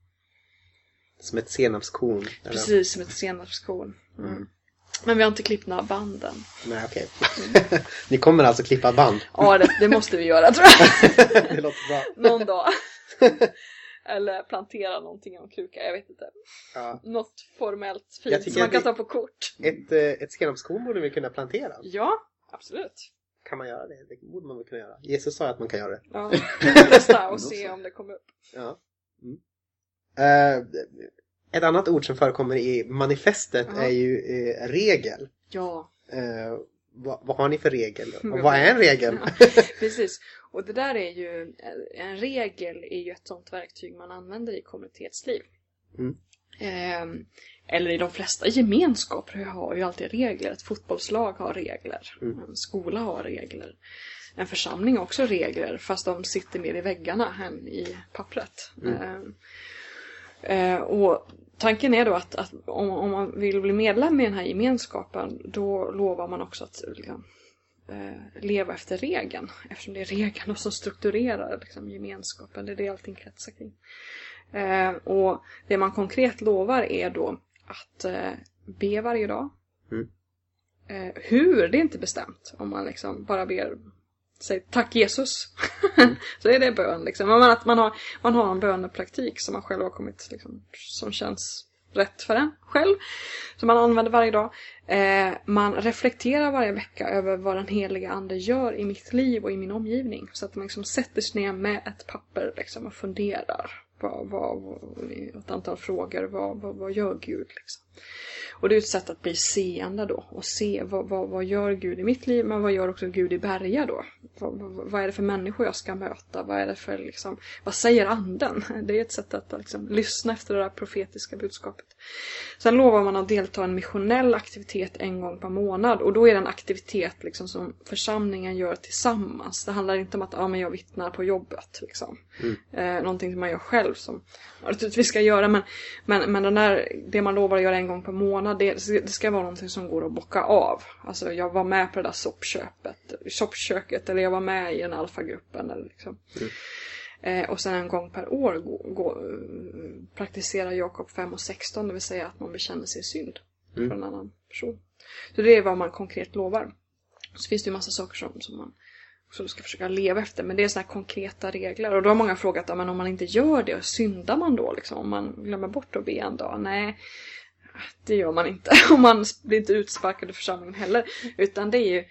S2: Som ett senapskorn.
S3: Precis, som ett senapskorn. Men vi har inte klippt några banden.
S2: Nej, okej. Ni kommer alltså klippa band?
S3: Ja, det måste vi göra, tror jag.
S2: Det låter bra.
S3: Någon dag. Eller plantera någonting om kruka, jag vet inte.
S2: Ja.
S3: Något formellt fint som man kan ta på kort.
S2: Ett senapskorn borde vi kunna plantera.
S3: Ja, absolut.
S2: Kan man göra det? Det borde man väl kunna göra. Jesus sa att man kan göra det.
S3: Ja, vi kan testa och se om det kommer upp.
S2: Ja. Ett annat ord som förekommer i manifestet är ju regel.
S3: Ja.
S2: Vad har ni för regel? Och vad är en regel?
S3: Precis. Och det där är ju, en regel är ju ett sånt verktyg man använder i kommunitetsliv. Eller i de flesta gemenskaper har ju alltid regler. Ett fotbollslag har regler. En skola har regler. En församling har också regler, fast de sitter mer i väggarna än i pappret. Och tanken är då att om man vill bli medlem i den här gemenskapen, då lovar man också att leva efter regeln. Eftersom det är regeln som strukturerar gemenskapen. Det är det allting kretsar kring. Och det man konkret lovar är då att be varje dag. Hur, det är inte bestämt. Om man bara ber, säg tack Jesus. Så är det bön att man har en bönepraktik som man själv har kommit som känns rätt för en själv, som man använder varje dag. Man reflekterar varje vecka över vad den heliga ande gör i mitt liv och i min omgivning, så att man sätter sig ner med ett papper och funderar ett antal frågor. Vad gör Gud Och det är ett sätt att bli seende då. Och se vad gör Gud i mitt liv. Men vad gör också Gud i Berga då. Vad är det för människor jag ska möta. Vad är det för vad säger anden. Det är ett sätt att lyssna efter det där profetiska budskapet. Sen lovar man att delta i en missionell aktivitet en gång per månad. Och då är det en aktivitet som församlingen gör tillsammans. Det handlar inte om att men jag vittnar på jobbet. Någonting som man gör själv som vi ska göra. Men det man lovar att göra en gång per månad, det ska vara någonting som går att bocka av. Alltså jag var med på det där soppköket, eller jag var med i en alfagruppen eller och sen en gång per år praktiserar Jakob 5:16, det vill säga att man bekänner sig synd för en annan person. Så det är vad man konkret lovar. Så finns det ju massa saker som man också ska försöka leva efter, men det är såna här konkreta regler. Och då har många frågat, men om man inte gör det, syndar man då om man glömmer bort att be en dag? Nej, det gör man inte. Och man blir inte utsparkad i församlingen heller. Utan det är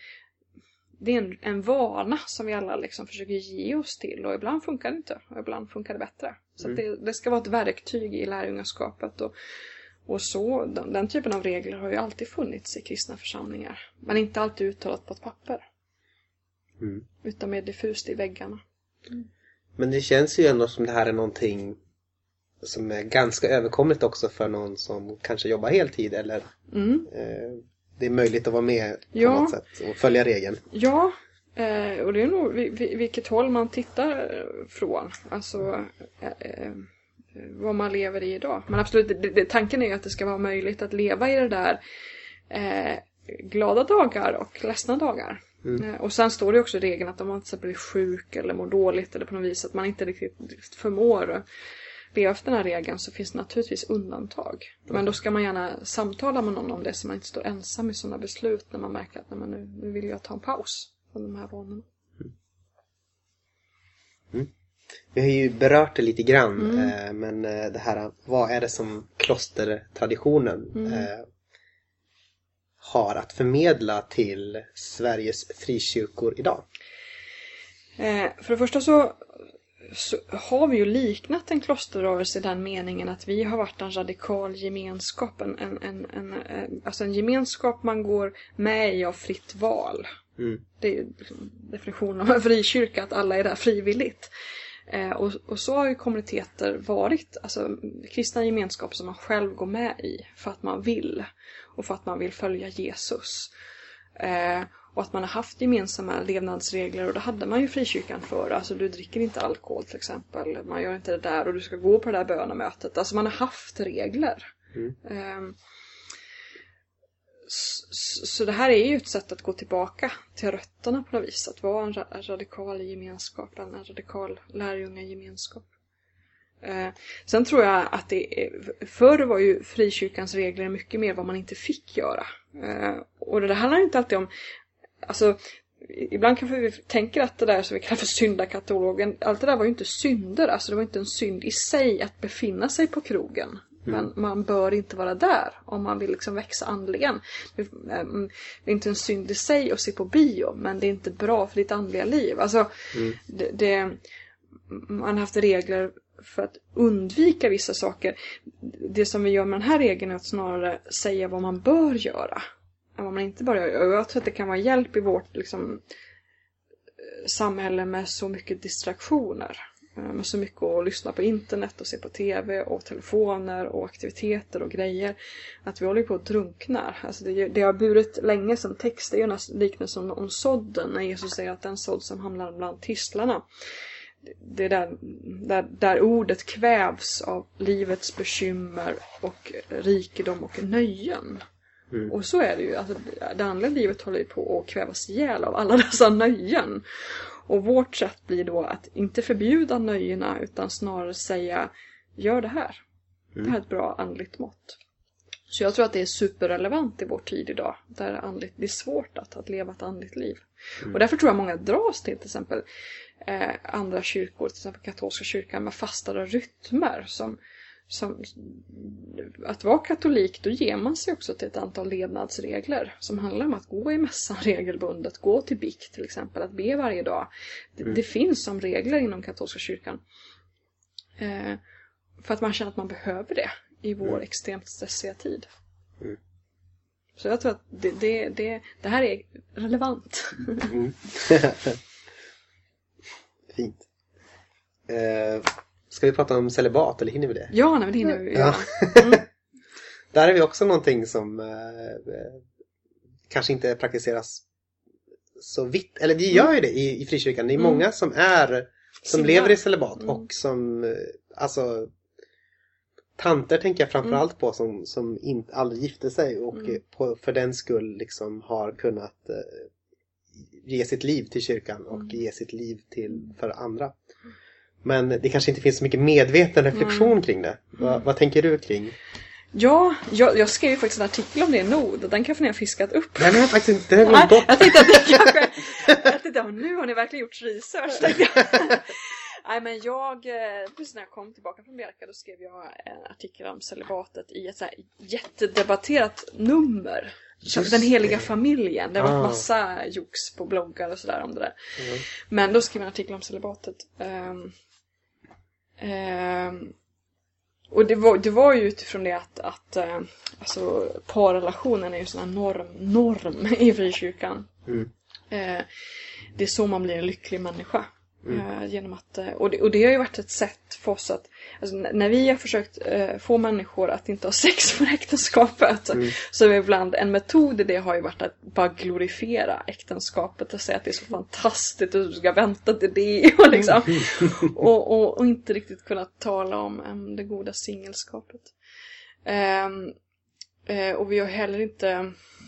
S3: en vana som vi alla försöker ge oss till. Och ibland funkar det inte. Och ibland funkar det bättre. Så att det ska vara ett verktyg i lärjungaskapet. Och så, den typen av regler har ju alltid funnits i kristna församlingar. Men inte alltid uttalat på ett papper. Utan mer diffust i väggarna.
S2: Men det känns ju ändå som det här är någonting som är ganska överkomligt också för någon som kanske jobbar heltid, eller det är möjligt att vara med på något sätt och följa regeln.
S3: Ja, Och det är nog vilket håll man tittar från. Alltså vad man lever i idag. Men absolut, tanken är ju att det ska vara möjligt att leva i det där glada dagar och ledsna dagar. Och sen står det också i regeln att om man till exempel är sjuk eller mår dåligt eller på något vis att man inte riktigt förmår leva efter den här regeln, så finns det naturligtvis undantag. Men då ska man gärna samtala med någon om det, så man inte står ensam i sådana beslut när man märker att nu vill jag ta en paus från de här vanorna.
S2: Vi har ju berört det lite grann, men det här, vad är det som klostertraditionen har att förmedla till Sveriges frikyrkor idag?
S3: För det första så har vi ju liknat en klosterrörelse i den meningen att vi har varit en radikal gemenskap, alltså en gemenskap man går med i av fritt val. Det är ju definitionen av en frikyrka, att alla är där frivilligt. Och så har ju kommuniteter varit, alltså kristna gemenskaper som man själv går med i för att man vill, och för att man vill följa Jesus. Och att man har haft gemensamma levnadsregler, och det hade man ju frikyrkan för. Alltså du dricker inte alkohol till exempel, man gör inte det där, och du ska gå på det där bönamötet. Alltså man har haft regler. Så det här är ju ett sätt att gå tillbaka till rötterna på något vis. Att vara en radikal gemenskap, en radikal lärjungagemenskap. Sen tror jag att förr var ju frikyrkans regler mycket mer vad man inte fick göra. Och det handlar inte alltid om, alltså ibland kanske vi tänker att det där som vi kallar för syndakatalogen, allt det där var ju inte synder, alltså det var inte en synd i sig att befinna sig på krogen. Men man bör inte vara där om man vill liksom växa andligen. Det är inte en synd i sig att se på bio, men det är inte bra för ditt andliga liv. Alltså, man har haft regler för att undvika vissa saker. Det som vi gör med den här regeln är att snarare säga vad man bör göra än vad man inte bör göra. Och jag tror att det kan vara hjälp i vårt liksom, samhälle med så mycket distraktioner. Med så mycket att lyssna på internet och se på tv och telefoner och aktiviteter och grejer, att vi håller på att drunkna. Alltså det har burit länge som text. Det är ju en liknelse om sådden, när Jesus säger att den sådd som hamnar bland tistlarna, det är där ordet kvävs av livets bekymmer och rikedom och nöjen. Och så är det ju, alltså, det andliga livet håller ju på att kvävas ihjäl av alla dessa nöjen. Och vårt sätt blir då att inte förbjuda nöjena, utan snarare säga, gör det här. Det här är ett bra andligt mått. Så jag tror att det är superrelevant i vår tid idag, där det är svårt att leva ett andligt liv. Och därför tror jag många dras till exempel andra kyrkor, till exempel katolska kyrkan, med fastare rytmer. Som att vara katolik, då ger man sig också till ett antal levnadsregler som handlar om att gå i mässan regelbundet, gå till bikt till exempel, att be varje dag. Det finns som regler inom katolska kyrkan, för att man känner att man behöver det i vår extremt stressiga tid. Så jag tror att det här är relevant.
S2: Fint. Ska vi prata om celibat, eller hinner vi det?
S3: Ja, nej, men det hinner vi. Ja.
S2: Där är vi också någonting som kanske inte praktiseras så vitt. Eller det gör ju det i frikyrkan. Det är många som lever i celibat och som, alltså, tanter tänker jag framförallt på som aldrig gifte sig och för den skull liksom har kunnat ge sitt liv till kyrkan och ge sitt liv för andra. Men det kanske inte finns så mycket medveten reflektion kring det. Vad tänker du kring?
S3: Ja, jag skrev ju faktiskt en artikel om det i Nord, och den kanske ni har fiskat upp.
S2: Den har jag faktiskt inte gått bort.
S3: Jag tänkte att det kanske... Jag tänkte att nu har ni verkligen gjort research. Nej, men precis när jag kom tillbaka från Bjärka, då skrev jag en artikel om celibatet i ett så här jättedebatterat nummer. Den heliga familjen. Det har varit massa jox på bloggar och sådär om det där. Men då skrev jag en artikel om celibatet. Och det var ju utifrån det att alltså, parrelationen är ju sån här norm i frikyrkan. Det är så man blir en lycklig människa. Genom att, och det har ju varit ett sätt för oss att, alltså, när vi har försökt få människor att inte ha sex för äktenskapet, så är ibland en metod i det har ju varit att bara glorifiera äktenskapet och säga att det är så fantastiskt och du ska vänta till det och liksom, och inte riktigt kunna tala om det goda singelskapet. Och vi har heller inte...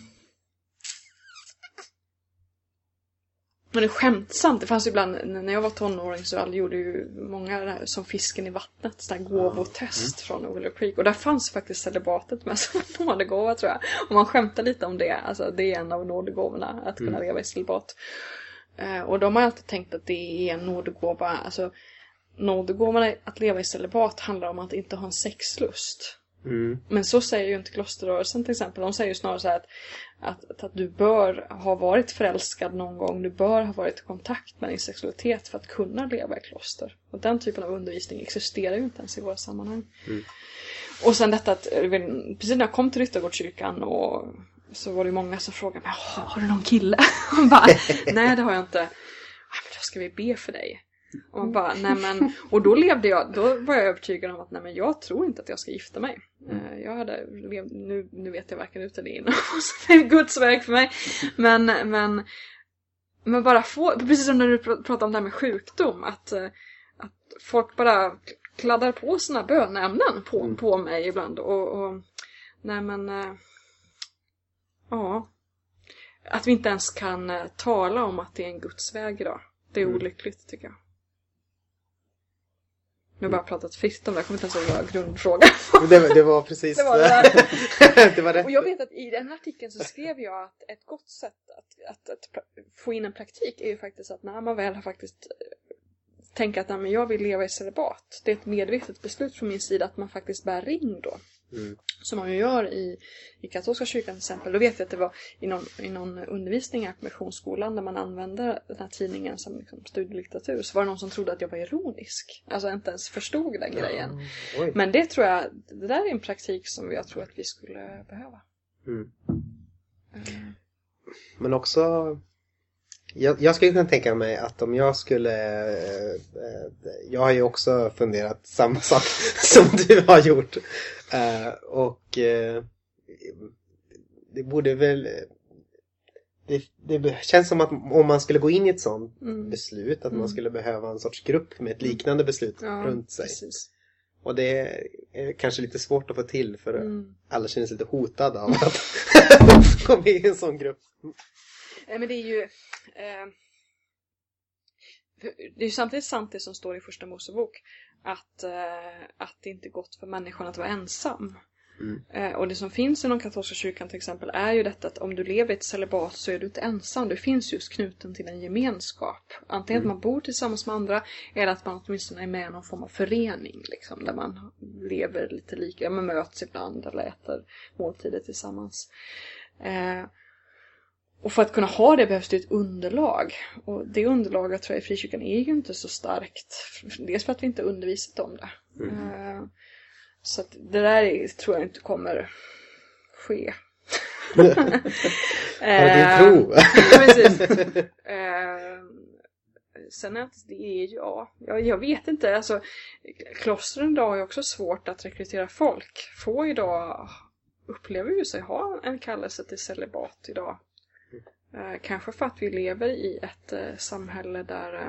S3: Men det är skämtsamt. Det fanns ju ibland, när jag var tonåring så gjorde ju många som fisken i vattnet, sådär gåvotest från Willow Creek. Och där fanns faktiskt celibatet med som nådegåva, tror jag. Och man skämtar lite om det. Alltså det är en av nådegåvorna, att kunna leva i celibat. Och de har alltid tänkt att det är en nådegåva. Alltså nådegåvan att leva i celibat handlar om att inte ha en sexlust. Men så säger ju inte klosterrörelsen till exempel. De säger ju snarare så här att du bör ha varit förälskad någon gång. Du bör ha varit i kontakt med din sexualitet för att kunna leva i kloster. Och den typen av undervisning existerar ju inte ens i våra sammanhang. Och sen detta att, precis när jag kom till Ryttargårdskyrkan och så var det många som frågade mig, har du någon kille? Och bara, nej det har jag inte. Men då ska vi be för dig. Och man bara, nej men, och då var jag övertygad om att nej men jag tror inte att jag ska gifta mig. Jag hade levt, nu vet jag varken ut eller in. Det är Guds väg för mig. Men bara få, precis som när du pratade om det här med sjukdom, att folk bara kladdar på sina bönämnen på mig ibland. Och nej men, ja, att vi inte ens kan tala om att det är en Guds väg idag. Det är olyckligt tycker jag. Nu har jag bara pratat fritt om det. Jag kommer inte ens ihåg grundfrågan.
S2: Det var precis...
S3: det var rätt. Och jag vet att i den artikeln så skrev jag att ett gott sätt att få in en praktik är ju faktiskt att när man väl har faktiskt tänkt att men jag vill leva i celibat. Det är ett medvetet beslut från min sida att man faktiskt bär ring då. Som man ju gör i katolska kyrkan till exempel. Då vet jag att det var i någon undervisning på missionsskolan där man använde den här tidningen som liksom studielitteratur, så var det någon som trodde att jag var ironisk. Alltså inte ens förstod den grejen. Men det tror jag, det där är en praktik som jag tror att vi skulle behöva.
S2: Men också jag skulle kunna tänka mig att om jag skulle jag har ju också funderat samma sak som du har gjort och det borde väl det känns som att om man skulle gå in i ett sånt beslut att man skulle behöva en sorts grupp med ett liknande beslut runt sig.
S3: Precis.
S2: Och det är kanske lite svårt att få till för alla känner sig lite hotade av att komma med i en sån grupp.
S3: Men det är ju det är ju samtidigt sant det som står i första Mosebok att det inte är gott för människan att vara ensam. Och det som finns inom katolska kyrkan till exempel är ju detta att om du lever i ett celibat så är du inte ensam. Du finns just knuten till en gemenskap. Antingen att man bor tillsammans med andra eller att man åtminstone är med i någon form av förening liksom, där man lever lite lika, man möts ibland eller äter måltider tillsammans. Och för att kunna ha det behövs det ett underlag. Och det underlaget tror jag i frikyrkan är ju inte så starkt. Dels för att vi inte undervisat om det. Så att det där tror jag inte kommer ske.
S2: Det prov.
S3: Precis. Sen att det är ju, jag vet inte. Alltså, klostren idag är också svårt att rekrytera folk. Få idag upplever ju sig ha en kallelse till celibat idag. Kanske för att vi lever i ett samhälle där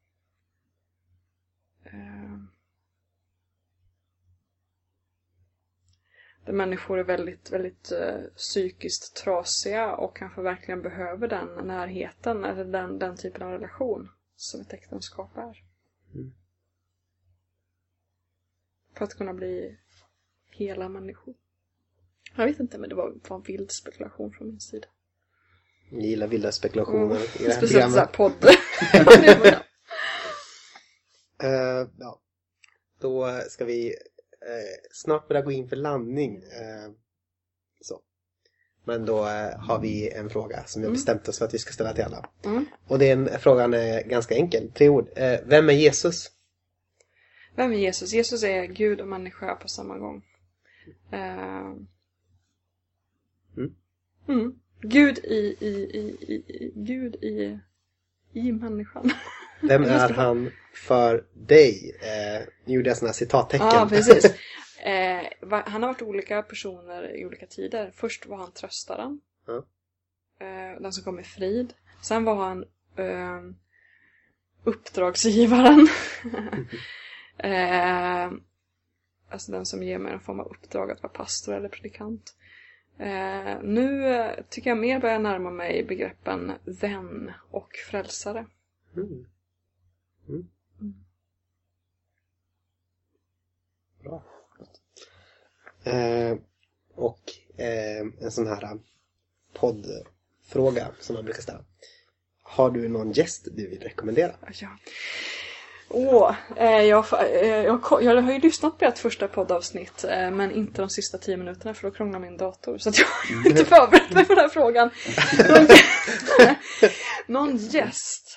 S3: människor är väldigt, väldigt psykiskt trasiga och kanske verkligen behöver den närheten eller den typen av relation som ett äktenskap är. För att kunna bli hela människor. Jag vet inte, men det var en vild spekulation från min sida.
S2: Jag gillar vilda spekulationer i det här
S3: speciellt så här podd.
S2: Ja. Då ska vi snart börja gå in för landning. Så. Men då har vi en fråga som vi har bestämt oss för att vi ska ställa till alla. Och frågan är ganska enkel. 3 ord. Vem är Jesus?
S3: Vem är Jesus? Jesus är Gud och människa på samma gång. Gud i människan.
S2: Vem är han för dig? Nu gjorde jag sådana här citattecken.
S3: Ja, precis. Han har varit olika personer i olika tider. Först var han tröstaren. Den som kom med frid. Sen var han uppdragsgivaren. Alltså den som ger mig en form av uppdrag att vara pastor eller predikant. Nu tycker jag mer börjar närma mig begreppen vän och frälsare.
S2: Bra. Och en sån här poddfråga som man brukar ställa. Har du någon gäst du vill rekommendera?
S3: Ja. Jag har ju lyssnat på ert första poddavsnitt, men inte de sista 10 minuterna för då krånglar min dator. Så att jag har inte förberett mig på den här frågan. Någon gäst?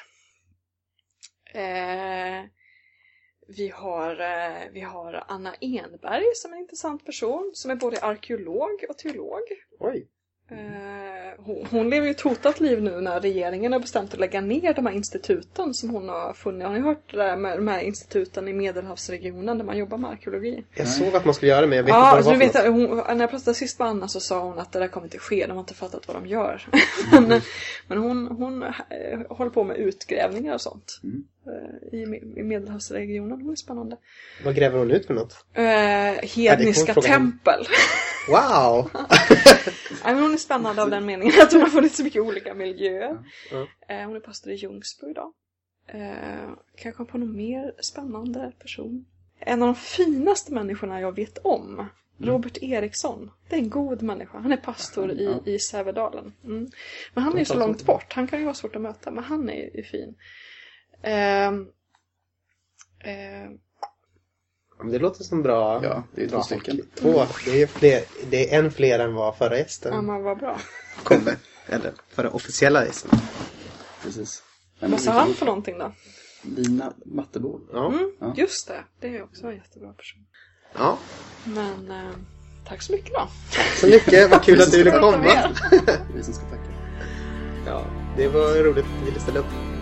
S3: Vi har Anna Enberg som är en intressant person, som är både arkeolog och teolog.
S2: Oj.
S3: Hon lever ju ett hotat liv nu när regeringen har bestämt att lägga ner de här instituten som hon har funnit. Har ni hört det där med de här instituten i Medelhavsregionen där man jobbar med arkeologi?
S2: Jag såg att man skulle göra det, men jag vet inte vad det var för
S3: när jag pratade sist med Anna så sa hon att det där kommer inte ske. De har inte fattat vad de gör. Men hon håller på med utgrävningar och sånt i Medelhavsregionen. Det är spännande.
S2: Vad gräver hon ut för något?
S3: Hedniska tempel.
S2: Wow!
S3: Men hon är spännande av den meningen att hon har funnit så mycket olika miljöer. Hon är pastor i Ljungsbro idag. Kanske på någon mer spännande person. En av de finaste människorna jag vet om, Robert Eriksson. Det är en god människa. Han är pastor i Sävedalen. Men han är ju så långt bort. Han kan ju vara svårt att möta, men han är ju fin.
S2: Det låter som bra.
S1: Ja, det är 2 stycken.
S2: 2. Det är en fler än vad förra gästen.
S3: Ja, men vad bra.
S2: Kommer. Eller förra officiella gästen.
S1: Precis.
S3: Vad sa han för någonting då?
S1: Lina Mattebo.
S2: Ja.
S3: Just det. Det är också en jättebra person.
S2: Ja.
S3: Men tack så mycket då.
S2: Tack så mycket. Vad kul att du ville komma.
S1: Det är vi som ska tacka.
S2: Ja, det var roligt att du ville ställa upp.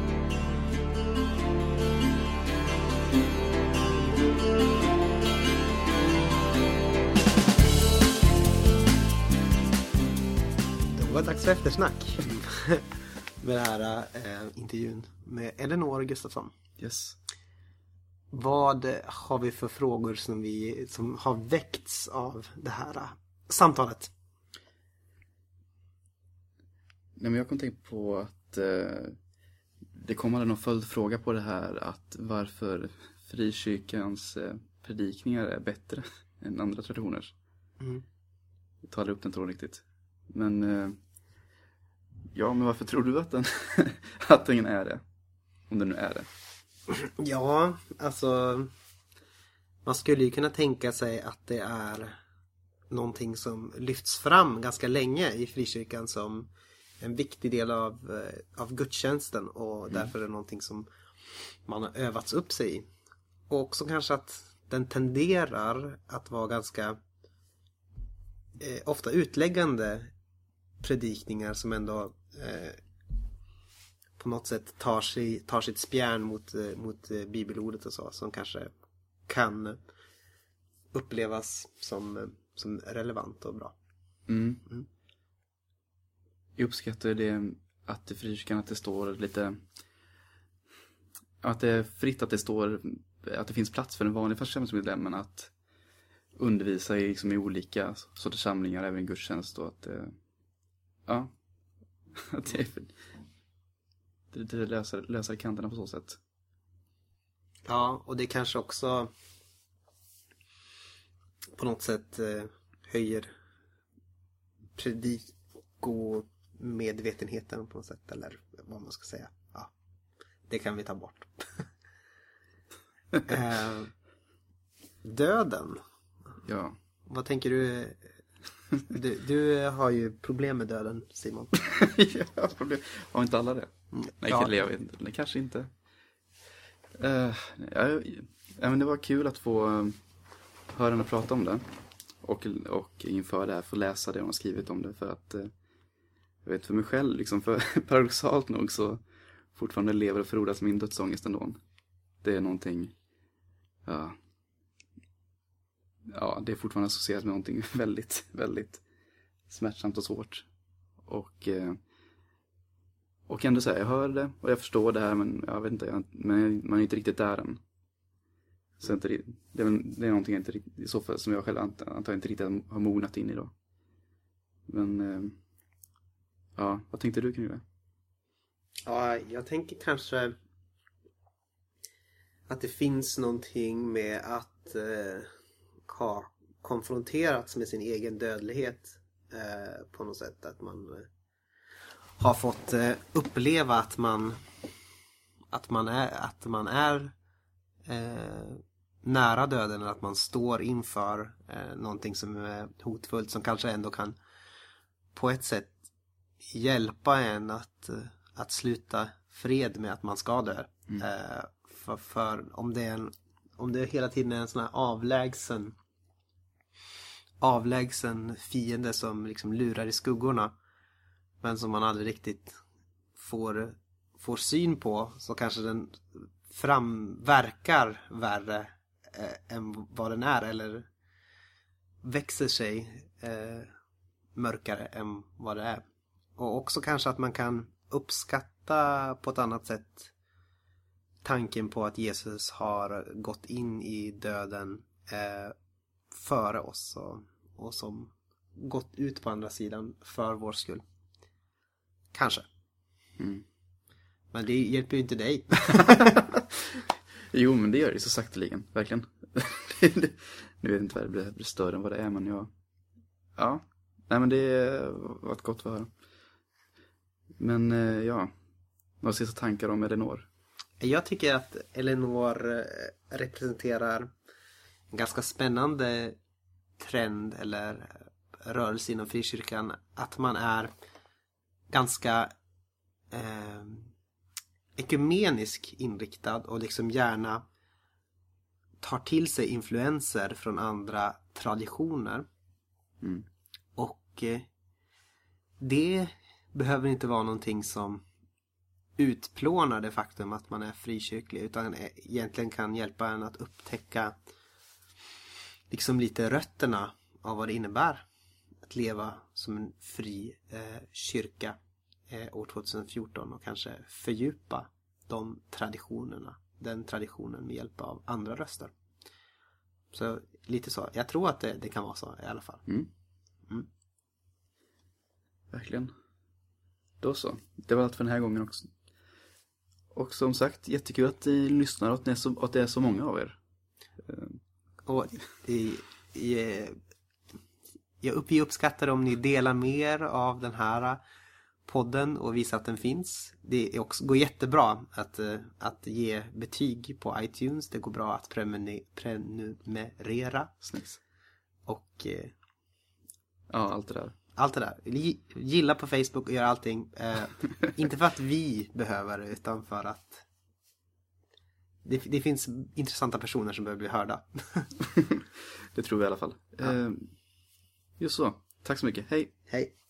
S2: Det var dags för eftersnack med den här intervjun med Elinor Gustafsson.
S1: Yes.
S2: Vad har vi för frågor som har väckts av det här samtalet?
S1: Nej, men jag kom tänka på att det kom aldrig någon följdfråga på det här, att varför frikyrkans predikningar är bättre än andra traditioner. Jag tar upp den tråden riktigt. Men men varför tror du att den är det? Om den nu är det.
S2: Ja, alltså man skulle ju kunna tänka sig att det är någonting som lyfts fram ganska länge i frikyrkan som en viktig del av gudstjänsten, och därför är det någonting som man har övats upp sig i. Och också kanske att den tenderar att vara ganska ofta utläggande predikningar som ändå på något sätt tar sitt spjärn mot bibelordet och så, som kanske kan upplevas som relevant och bra.
S1: Jag uppskattar det att i frikyrkan att det står lite, att det är fritt, att det står att det finns plats för en vanlig församlingsmedlem att undervisa i olika sorters samlingar, även i gudstjänst, och att att det löser kanterna på så sätt.
S2: Ja, och det kanske också på något sätt höjer predikomedvetenheten på något sätt, eller vad man ska säga. Ja, det kan vi ta bort. Döden.
S1: Ja.
S2: Vad tänker du? Du har ju problem med döden, Simon.
S1: Ja, problem. Har inte alla det? Nej, jag vet inte. Nej, kanske inte. Men det var kul att få höra henne prata om det. Och inför det här få läsa det hon har skrivit om det. För att jag vet för mig själv, för paradoxalt nog så fortfarande lever och frodas min dödsångest ändå. Det är någonting, ja, det är fortfarande associerat med någonting väldigt, väldigt smärtsamt och svårt. Och ändå säga, jag hör det och jag förstår det här, men jag vet inte, men man är inte riktigt där än. Så inte, det är någonting jag inte riktigt, i så fall som jag själv antar inte riktigt har mognat in i då. Men ja, vad tänkte du kring det?
S2: Ja, jag tänker kanske att det finns någonting med att ha konfronterats med sin egen dödlighet på något sätt. Att man har fått uppleva att man är nära döden, eller att man står inför någonting som är hotfullt, som kanske ändå kan på ett sätt hjälpa en att sluta fred med att man ska dö. För om det hela tiden är en sån här avlägsen fiende som liksom lurar i skuggorna, men som man aldrig riktigt får syn på, så kanske den verkar värre än vad den är, eller växer sig mörkare än vad det är. Och också kanske att man kan uppskatta på ett annat sätt tanken på att Jesus har gått in i döden före oss och som gått ut på andra sidan för vår skull. Kanske. Men det hjälper ju inte dig.
S1: Jo, men det gör det så sakteligen, verkligen. Nu vet jag inte vad det blir större än vad det är, men ja. Nej, men det var ett gott att höra. Men ja, några sista tankar om Eleanor?
S2: Jag tycker att Eleanor representerar en ganska spännande trend eller rörelse inom frikyrkan. Att man är ganska ekumenisk inriktad och liksom gärna tar till sig influenser från andra traditioner. Och det behöver inte vara någonting som utplånar det faktum att man är frikyrklig, utan egentligen kan hjälpa en att upptäcka liksom lite rötterna av vad det innebär att leva som en fri kyrka år 2014, och kanske fördjupa den traditionen med hjälp av andra röster. Så lite så. Jag tror att det kan vara så i alla fall.
S1: Verkligen. Då så. Det var allt för den här gången också. Och som sagt, jättekul att ni lyssnar och att det är så många av er.
S2: Och vi uppskattar om ni delar mer av den här podden och visar att den finns. Det går jättebra att ge betyg på iTunes. Det går bra att prenumerera.
S1: Snyggt.
S2: Och
S1: ja, allt det där.
S2: Allt det där. Gilla på Facebook och göra allting. Inte för att vi behöver det, utan för att det finns intressanta personer som behöver bli hörda.
S1: Det tror vi i alla fall. Just så. Tack så mycket. Hej.
S2: Hej.